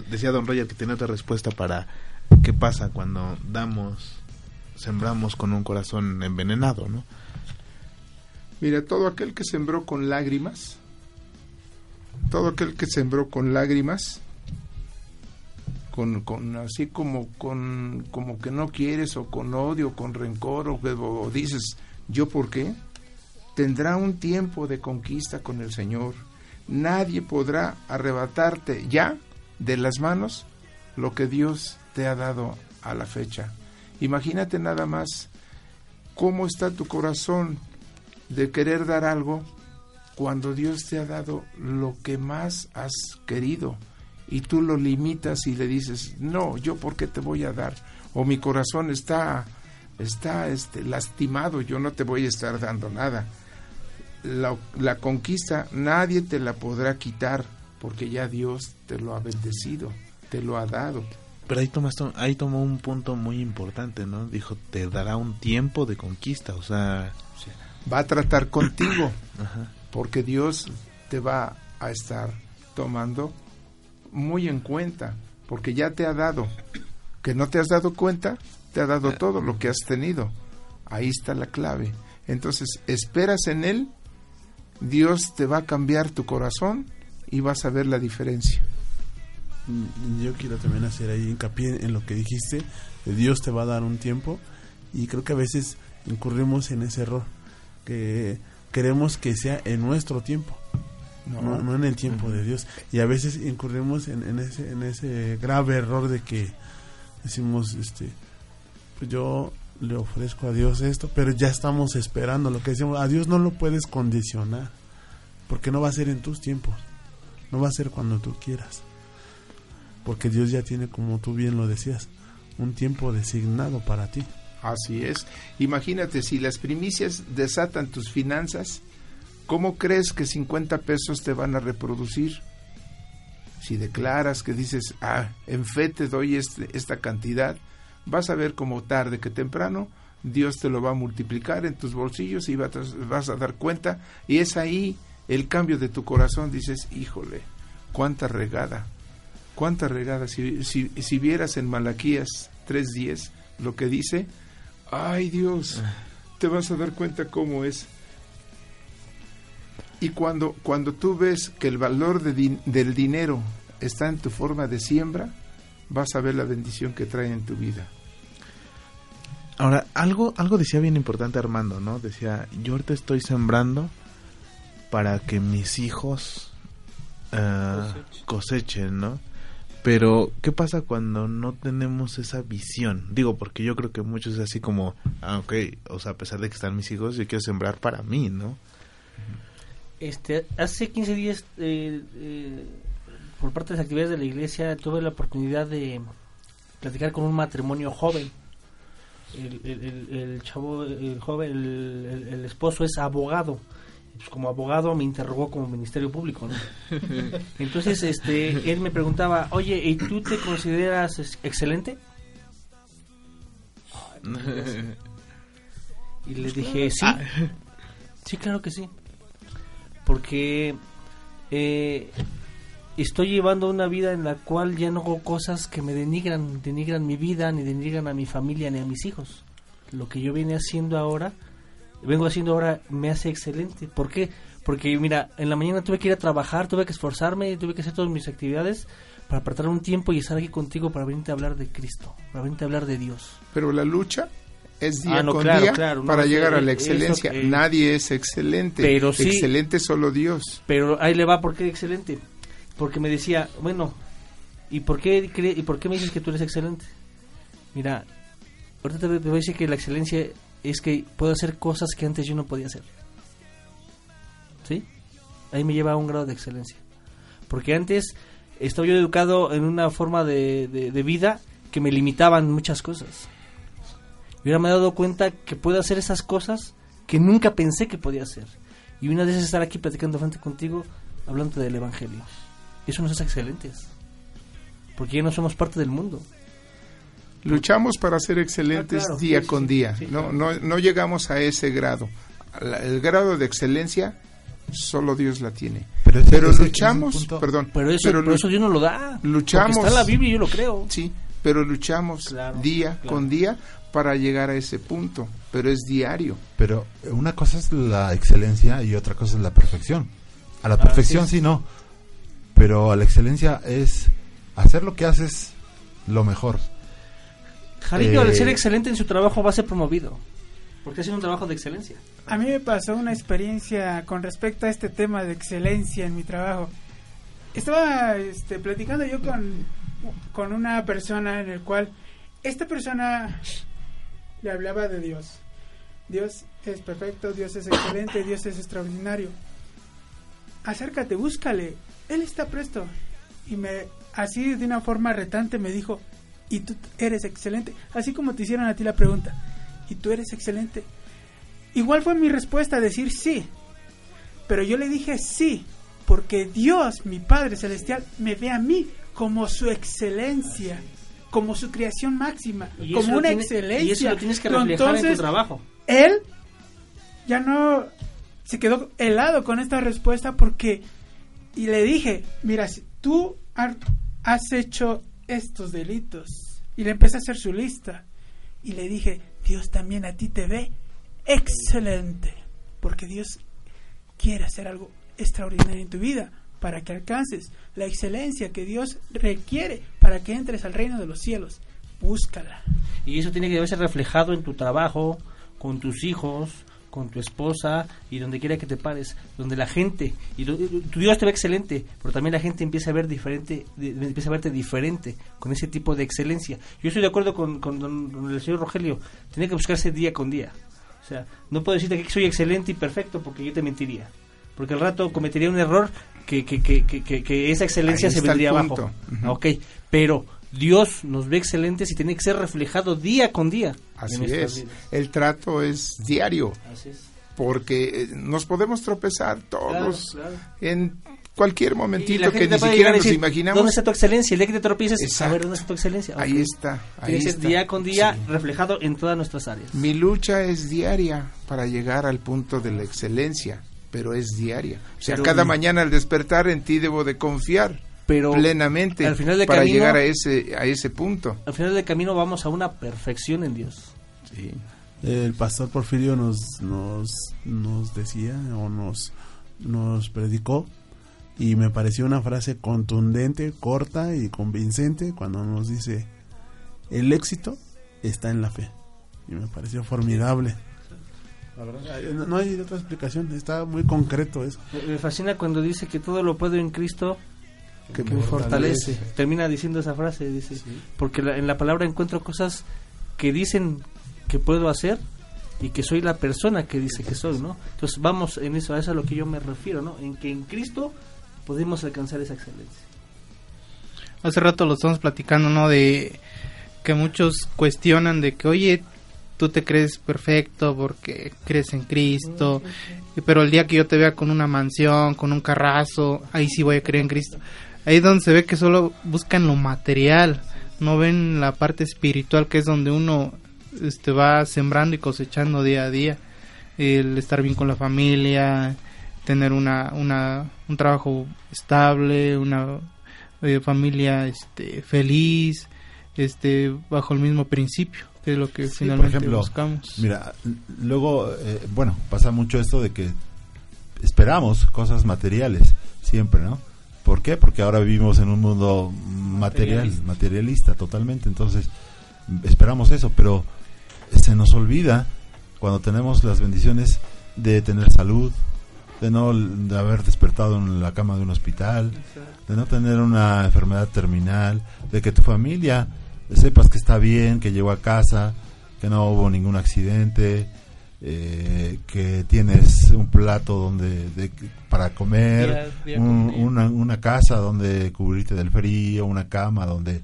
que tiene otra respuesta para qué pasa cuando sembramos con un corazón envenenado, ¿no? Mira, todo aquel que sembró con lágrimas, con así como que no quieres, o con odio, con rencor, o dices, ¿yo por qué? Tendrá un tiempo de conquista con el Señor. Nadie podrá arrebatarte ya de las manos lo que Dios te ha dado a la fecha. Imagínate nada más cómo está tu corazón de querer dar algo cuando Dios te ha dado lo que más has querido y tú lo limitas y le dices, no, yo por qué te voy a dar, o mi corazón está lastimado, yo no te voy a estar dando nada. La conquista nadie te la podrá quitar porque ya Dios te lo ha bendecido, te lo ha dado. Pero ahí tomó un punto muy importante, ¿no? Dijo, te dará un tiempo de conquista, o sea... Va a tratar contigo, Ajá. porque Dios te va a estar tomando muy en cuenta, porque ya te ha dado. Que no te has dado cuenta, te ha dado todo lo que has tenido. Ahí está la clave. Entonces, esperas en Él, Dios te va a cambiar tu corazón y vas a ver la diferencia. Yo quiero también hacer ahí hincapié en lo que dijiste, de Dios te va a dar un tiempo, y creo que a veces incurrimos en ese error, que queremos que sea en nuestro tiempo, no en el tiempo de Dios, y a veces incurrimos en ese grave error de que decimos, pues yo le ofrezco a Dios esto, pero ya estamos esperando lo que decimos. A Dios no lo puedes condicionar, porque no va a ser en tus tiempos, no va a ser cuando tú quieras, porque Dios ya tiene, como tú bien lo decías, un tiempo designado para ti. Así es. Imagínate, si las primicias desatan tus finanzas, ¿cómo crees que 50 pesos te van a reproducir? Si declaras que dices, en fe te doy esta cantidad, vas a ver como tarde que temprano Dios te lo va a multiplicar en tus bolsillos y vas a dar cuenta, y es ahí el cambio de tu corazón. Dices, híjole, cuánta regada. Si vieras en Malaquías 3:10 lo que dice, ay Dios, te vas a dar cuenta cómo es. Y cuando tú ves que el valor del dinero está en tu forma de siembra, vas a ver la bendición que trae en tu vida. Ahora, algo decía bien importante Armando, ¿no? Decía, yo ahorita estoy sembrando para que mis hijos cosechen, ¿no? Pero, ¿qué pasa cuando no tenemos esa visión? Digo, porque yo creo que muchos es así como, ok, o sea, a pesar de que están mis hijos, yo quiero sembrar para mí, ¿no? Hace 15 días, por parte de las actividades de la iglesia, tuve la oportunidad de platicar con un matrimonio joven. El chavo, el joven, el esposo es abogado. Pues como abogado me interrogó como Ministerio Público, ¿no? Entonces él me preguntaba, oye, ¿y tú te consideras excelente? Y le dije, sí, claro que sí, porque estoy llevando una vida en la cual ya no hago cosas que me denigran mi vida, ni denigran a mi familia, ni a mis hijos. Lo que yo vengo haciendo ahora me hace excelente. ¿Por qué? Porque mira, en la mañana tuve que ir a trabajar, tuve que esforzarme, tuve que hacer todas mis actividades para apartar un tiempo y estar aquí contigo para venirte a hablar de Cristo, para venirte a hablar de Dios. Pero la lucha es día con día para llegar a la excelencia. Nadie es excelente, pero sí, excelente solo Dios. Pero ahí le va, ¿por qué excelente? Porque me decía, bueno, ¿y por qué me dices que tú eres excelente? Mira, ahorita te voy a decir que la excelencia es que puedo hacer cosas que antes yo no podía hacer. ¿Sí? Ahí me lleva a un grado de excelencia. Porque antes estaba yo educado en una forma de vida que me limitaban muchas cosas. Y ahora me he dado cuenta que puedo hacer esas cosas que nunca pensé que podía hacer. Y una vez estar aquí platicando frente contigo, hablando del Evangelio. Eso nos hace excelentes. Porque ya no somos parte del mundo. Luchamos para ser excelentes día con día. Sí, no llegamos a ese grado. El grado de excelencia solo Dios la tiene. Pero luchamos, Pero eso Dios no lo da. Luchamos. Porque está en la Biblia y yo lo creo. Sí, pero luchamos día con día para llegar a ese punto. Pero es diario. Pero una cosa es la excelencia y otra cosa es la perfección. A la perfección sí no. Pero a la excelencia es hacer lo que haces lo mejor. Jarillo, al ser excelente en su trabajo va a ser promovido, porque hace un trabajo de excelencia. A mí me pasó una experiencia con respecto a este tema de excelencia en mi trabajo. Estaba platicando yo con una persona en el cual esta persona le hablaba de Dios. Dios es perfecto, Dios es excelente, Dios es extraordinario. Acércate, búscale, Él está presto. Y así de una forma retante me dijo, ¿y tú eres excelente? Así como te hicieron a ti la pregunta, ¿y tú eres excelente? Igual fue mi respuesta, decir sí. Pero yo le dije sí, porque Dios, mi Padre Celestial, me ve a mí como su excelencia, como su creación máxima, como una excelencia. Y eso lo tienes que reflejar en tu trabajo. Él ya no se quedó helado con esta respuesta y le dije, mira, si tú has hecho estos delitos, y le empecé a hacer su lista, y le dije, Dios también a ti te ve excelente, porque Dios quiere hacer algo extraordinario en tu vida, para que alcances la excelencia que Dios requiere para que entres al reino de los cielos. Búscala. Y eso tiene que verse reflejado en tu trabajo, con tus hijos, con tu esposa y donde quiera que te pares, donde la gente y tu Dios te ve excelente, pero también la gente empieza a ver diferente, empieza a verte diferente con ese tipo de excelencia. Yo estoy de acuerdo con el señor Rogelio, tiene que buscarse día con día. O sea, no puedo decirte que soy excelente y perfecto porque yo te mentiría, porque al rato cometería un error que esa excelencia se vendría abajo. Uh-huh. Okay, pero Dios nos ve excelentes y tiene que ser reflejado día con día. Así es. El trato es diario. Así es. Porque nos podemos tropezar todos, claro. En cualquier momentito que ni siquiera nos imaginamos. ¿Dónde está tu excelencia? El día que te tropieces, a ver dónde está tu excelencia. Okay. Ahí está. Tiene que ser día con día, reflejado en todas nuestras áreas. Mi lucha es diaria para llegar al punto de la excelencia, pero es diaria. O sea, cada mañana al despertar en ti debo de confiar. Pero plenamente al final para camino, llegar a ese punto. Al final del camino vamos a una perfección en Dios. Sí. El pastor Porfirio nos decía o nos predicó, y me pareció una frase contundente, corta y convincente cuando nos dice: el éxito está en la fe. Y me pareció formidable. La verdad, no hay otra explicación, está muy concreto eso. Me fascina cuando dice que todo lo puedo en Cristo que me fortalece. Termina diciendo esa frase, dice, sí. Porque en la palabra encuentro cosas que dicen que puedo hacer y que soy la persona que dice que soy, ¿no? Entonces vamos en eso, a eso es a lo que yo me refiero, ¿no? En que en Cristo podemos alcanzar esa excelencia. Hace rato lo estamos platicando, ¿no? De que muchos cuestionan de que, oye, tú te crees perfecto porque crees en Cristo, pero el día que yo te vea con una mansión, con un carrazo, ahí sí voy a creer en Cristo. Ahí es donde se ve que solo buscan lo material, no ven la parte espiritual, que es donde uno va sembrando y cosechando día a día. El estar bien con la familia, tener un trabajo estable, una familia feliz, bajo el mismo principio, que es lo que finalmente por ejemplo, buscamos. Mira, luego, pasa mucho esto de que esperamos cosas materiales siempre, ¿no? ¿Por qué? Porque ahora vivimos en un mundo materialista totalmente, entonces esperamos eso, pero se nos olvida cuando tenemos las bendiciones de tener salud, de haber despertado en la cama de un hospital, de no tener una enfermedad terminal, de que tu familia sepas que está bien, que llegó a casa, que no hubo ningún accidente, que tienes un plato para comer, una casa donde cubrirte del frío, una cama donde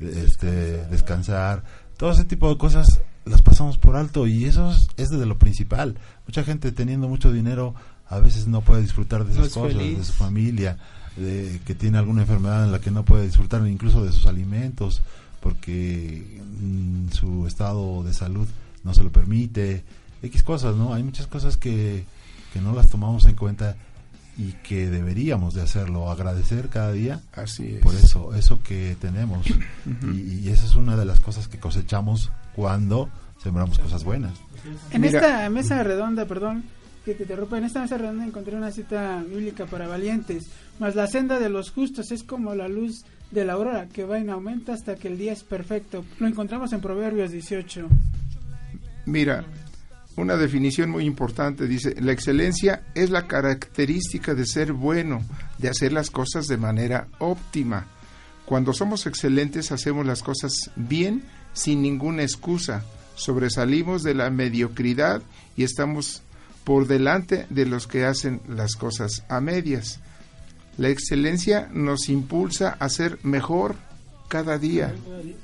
descansar. Todo ese tipo de cosas las pasamos por alto, y eso es de lo principal. Mucha gente teniendo mucho dinero a veces no puede disfrutar de esas cosas, de su familia, que tiene alguna enfermedad en la que no puede disfrutar incluso de sus alimentos porque su estado de salud no se lo permite. X cosas, ¿no? Hay muchas cosas que no las tomamos en cuenta y que deberíamos de hacerlo, agradecer cada día. Así es. Por eso que tenemos. y esa es una de las cosas que cosechamos cuando sembramos cosas buenas. En esta mesa redonda, perdón que te interrumpa, en esta mesa redonda encontré una cita bíblica para valientes: mas la senda de los justos es como la luz de la aurora, que va en aumento hasta que el día es perfecto. Lo encontramos en Proverbios 18. Mira, una definición muy importante dice: la excelencia es la característica de ser bueno, de hacer las cosas de manera óptima. Cuando somos excelentes hacemos las cosas bien, sin ninguna excusa, sobresalimos de la mediocridad y estamos por delante de los que hacen las cosas a medias. La excelencia nos impulsa a ser mejor cada día.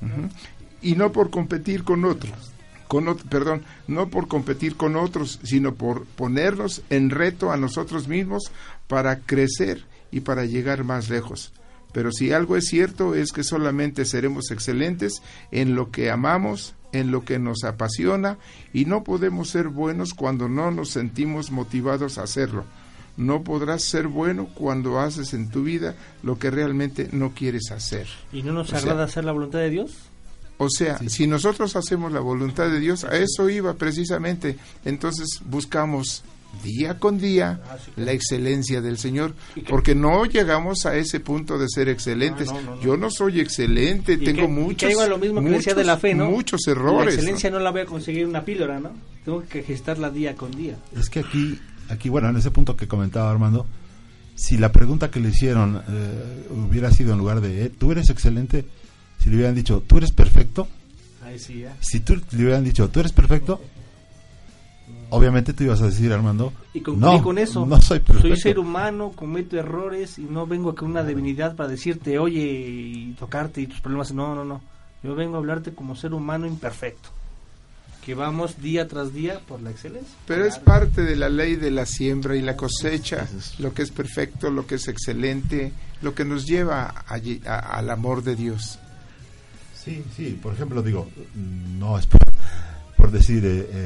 Y no por competir con otros. No por competir con otros, sino por ponernos en reto a nosotros mismos para crecer y para llegar más lejos. Pero si algo es cierto es que solamente seremos excelentes en lo que amamos, en lo que nos apasiona, y no podemos ser buenos cuando no nos sentimos motivados a hacerlo. No podrás ser bueno cuando haces en tu vida lo que realmente no quieres hacer. ¿Y no nos agrada hacer la voluntad de Dios? O sea, si nosotros hacemos la voluntad de Dios, a eso iba precisamente. Entonces buscamos día con día la excelencia del Señor, porque no llegamos a ese punto de ser excelentes. Yo no soy excelente, tengo muchos, a lo mismo que decía de la fe, ¿no? Muchos errores. La excelencia no la voy a conseguir una píldora, ¿no? Tengo que gestarla día con día. Es que aquí bueno, en ese punto que comentaba Armando, si la pregunta que le hicieron hubiera sido en lugar de ¿tú eres excelente? Si le hubieran dicho ¿tú eres perfecto? Ahí sí, ya. Si le hubieran dicho ¿tú eres perfecto? Obviamente tú ibas a decir, Armando, y concluí con eso. No soy perfecto. Soy ser humano, cometo errores y no vengo con una divinidad para decirte, oye, y tocarte y tus problemas. No. Yo vengo a hablarte como ser humano imperfecto, que vamos día tras día por la excelencia. Pero es parte de la ley de la siembra y la cosecha, lo que es perfecto, lo que es excelente, lo que nos lleva al amor de Dios. Sí, por ejemplo, digo, no es por decir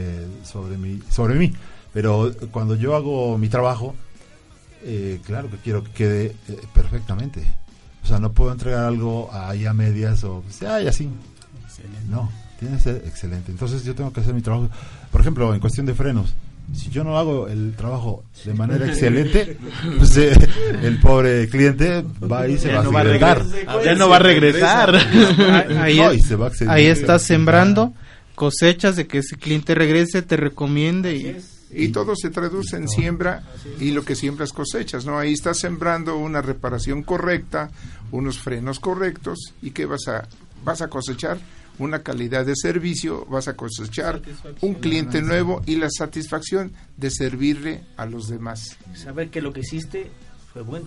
sobre mí, pero cuando yo hago mi trabajo, claro que quiero que quede perfectamente. O sea, no puedo entregar algo ahí a medias o así. Excelente. No, tiene que ser excelente. Entonces yo tengo que hacer mi trabajo. Por ejemplo, en cuestión de frenos, si yo no hago el trabajo de manera excelente, pues el pobre cliente va y se va a regresar. Ya no va a regresar. Ahí estás sembrando cosechas de que ese cliente regrese, te recomiende y todo se traduce en siembra, y lo que siembras cosechas, ¿no? Ahí estás sembrando una reparación correcta, unos frenos correctos, y ¿qué vas a cosechar? Una calidad de servicio, vas a cosechar un cliente nuevo y la satisfacción de servirle a los demás. Saber que lo que hiciste fue bueno.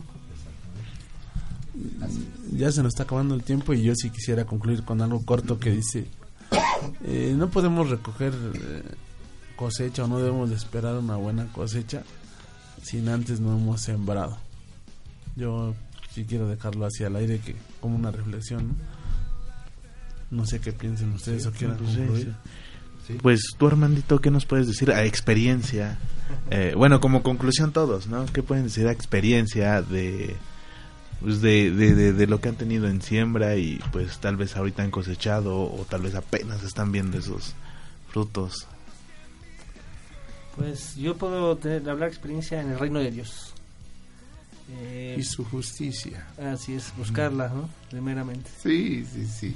Ya se nos está acabando el tiempo y yo sí quisiera concluir con algo corto que dice: no podemos recoger cosecha, o no debemos de esperar una buena cosecha sin antes no hemos sembrado. Yo sí quiero dejarlo hacia el aire, que como una reflexión, no sé qué piensen ustedes o quieran concluir. Sí. Pues tú, Armandito, ¿qué nos puedes decir a experiencia? Bueno, como conclusión todos, ¿no? ¿Qué pueden decir a experiencia de lo que han tenido en siembra y pues tal vez ahorita han cosechado o tal vez apenas están viendo esos frutos? Pues yo puedo hablar experiencia en el reino de Dios. Y su justicia. Así es, buscarla, ¿no? Primeramente. Sí.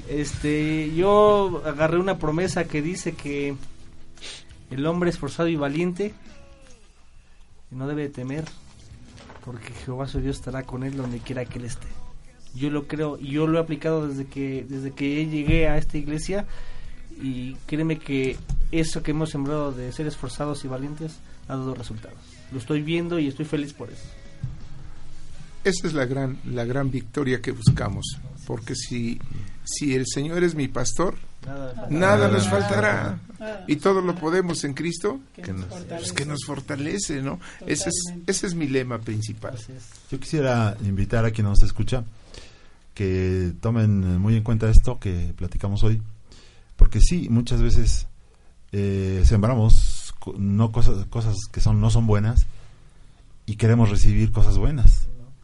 Yo agarré una promesa que dice que el hombre esforzado y valiente no debe temer, porque Jehová su Dios estará con él donde quiera que él esté. Yo lo creo y yo lo he aplicado desde que llegué a esta iglesia, y créeme que eso que hemos sembrado de ser esforzados y valientes ha dado resultados. Lo estoy viendo y estoy feliz por eso. Esa es la gran victoria que buscamos, porque si el Señor es mi pastor, nada nos faltará, y todo lo podemos en Cristo que nos fortalece, ¿no? Ese es mi lema principal. Yo quisiera invitar a quien nos escucha que tomen muy en cuenta esto que platicamos hoy, porque sí, muchas veces sembramos cosas que no son buenas y queremos recibir cosas buenas.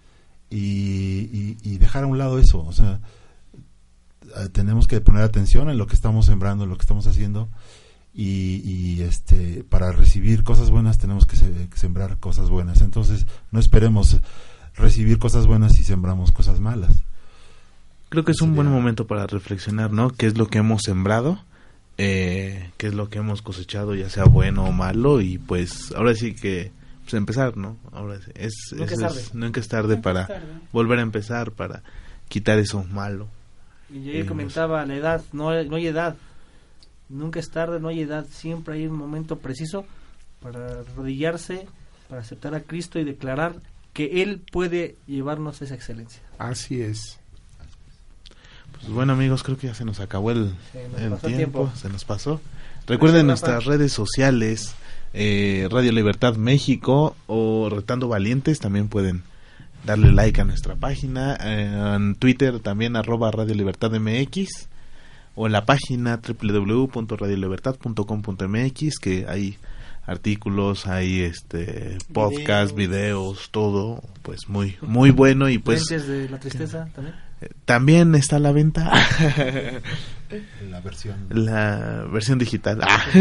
Y dejar a un lado eso, o sea, tenemos que poner atención en lo que estamos sembrando, en lo que estamos haciendo, y para recibir cosas buenas tenemos que sembrar cosas buenas. Entonces no esperemos recibir cosas buenas si sembramos cosas malas. Creo que es un buen momento para reflexionar, ¿no? ¿Qué es lo que hemos sembrado? ¿Qué es lo que hemos cosechado, ya sea bueno o malo? Y pues ahora sí que empezar, ¿no? Ahora nunca es tarde para volver a empezar, para quitar eso malo. Y yo comentaba la edad, no hay edad. Nunca es tarde, no hay edad, siempre hay un momento preciso para arrodillarse, para aceptar a Cristo y declarar que Él puede llevarnos a esa excelencia. Así es. Pues bueno, amigos, creo que ya se nos acabó el tiempo, se nos pasó. Recuerden nuestras redes sociales, Radio Libertad México o Retando Valientes, también pueden darle like a nuestra página, en Twitter también @Radio Libertad MX, o en la página www.radiolibertad.com.mx, que hay artículos, hay podcast, videos, todo, pues muy bueno. Y pues Lentes de la tristeza también. También está a la venta la versión digital.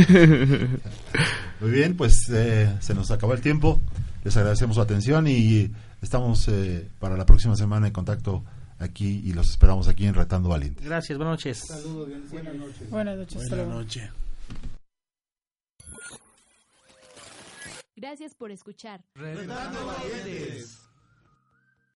Muy bien, pues se nos acabó el tiempo. Les agradecemos su atención y estamos para la próxima semana en contacto aquí y los esperamos aquí en Retando Valientes. Gracias, buenas noches. Saludos, buenas noches. Buenas noches. hasta luego. noche. Gracias por escuchar. Retando Valientes.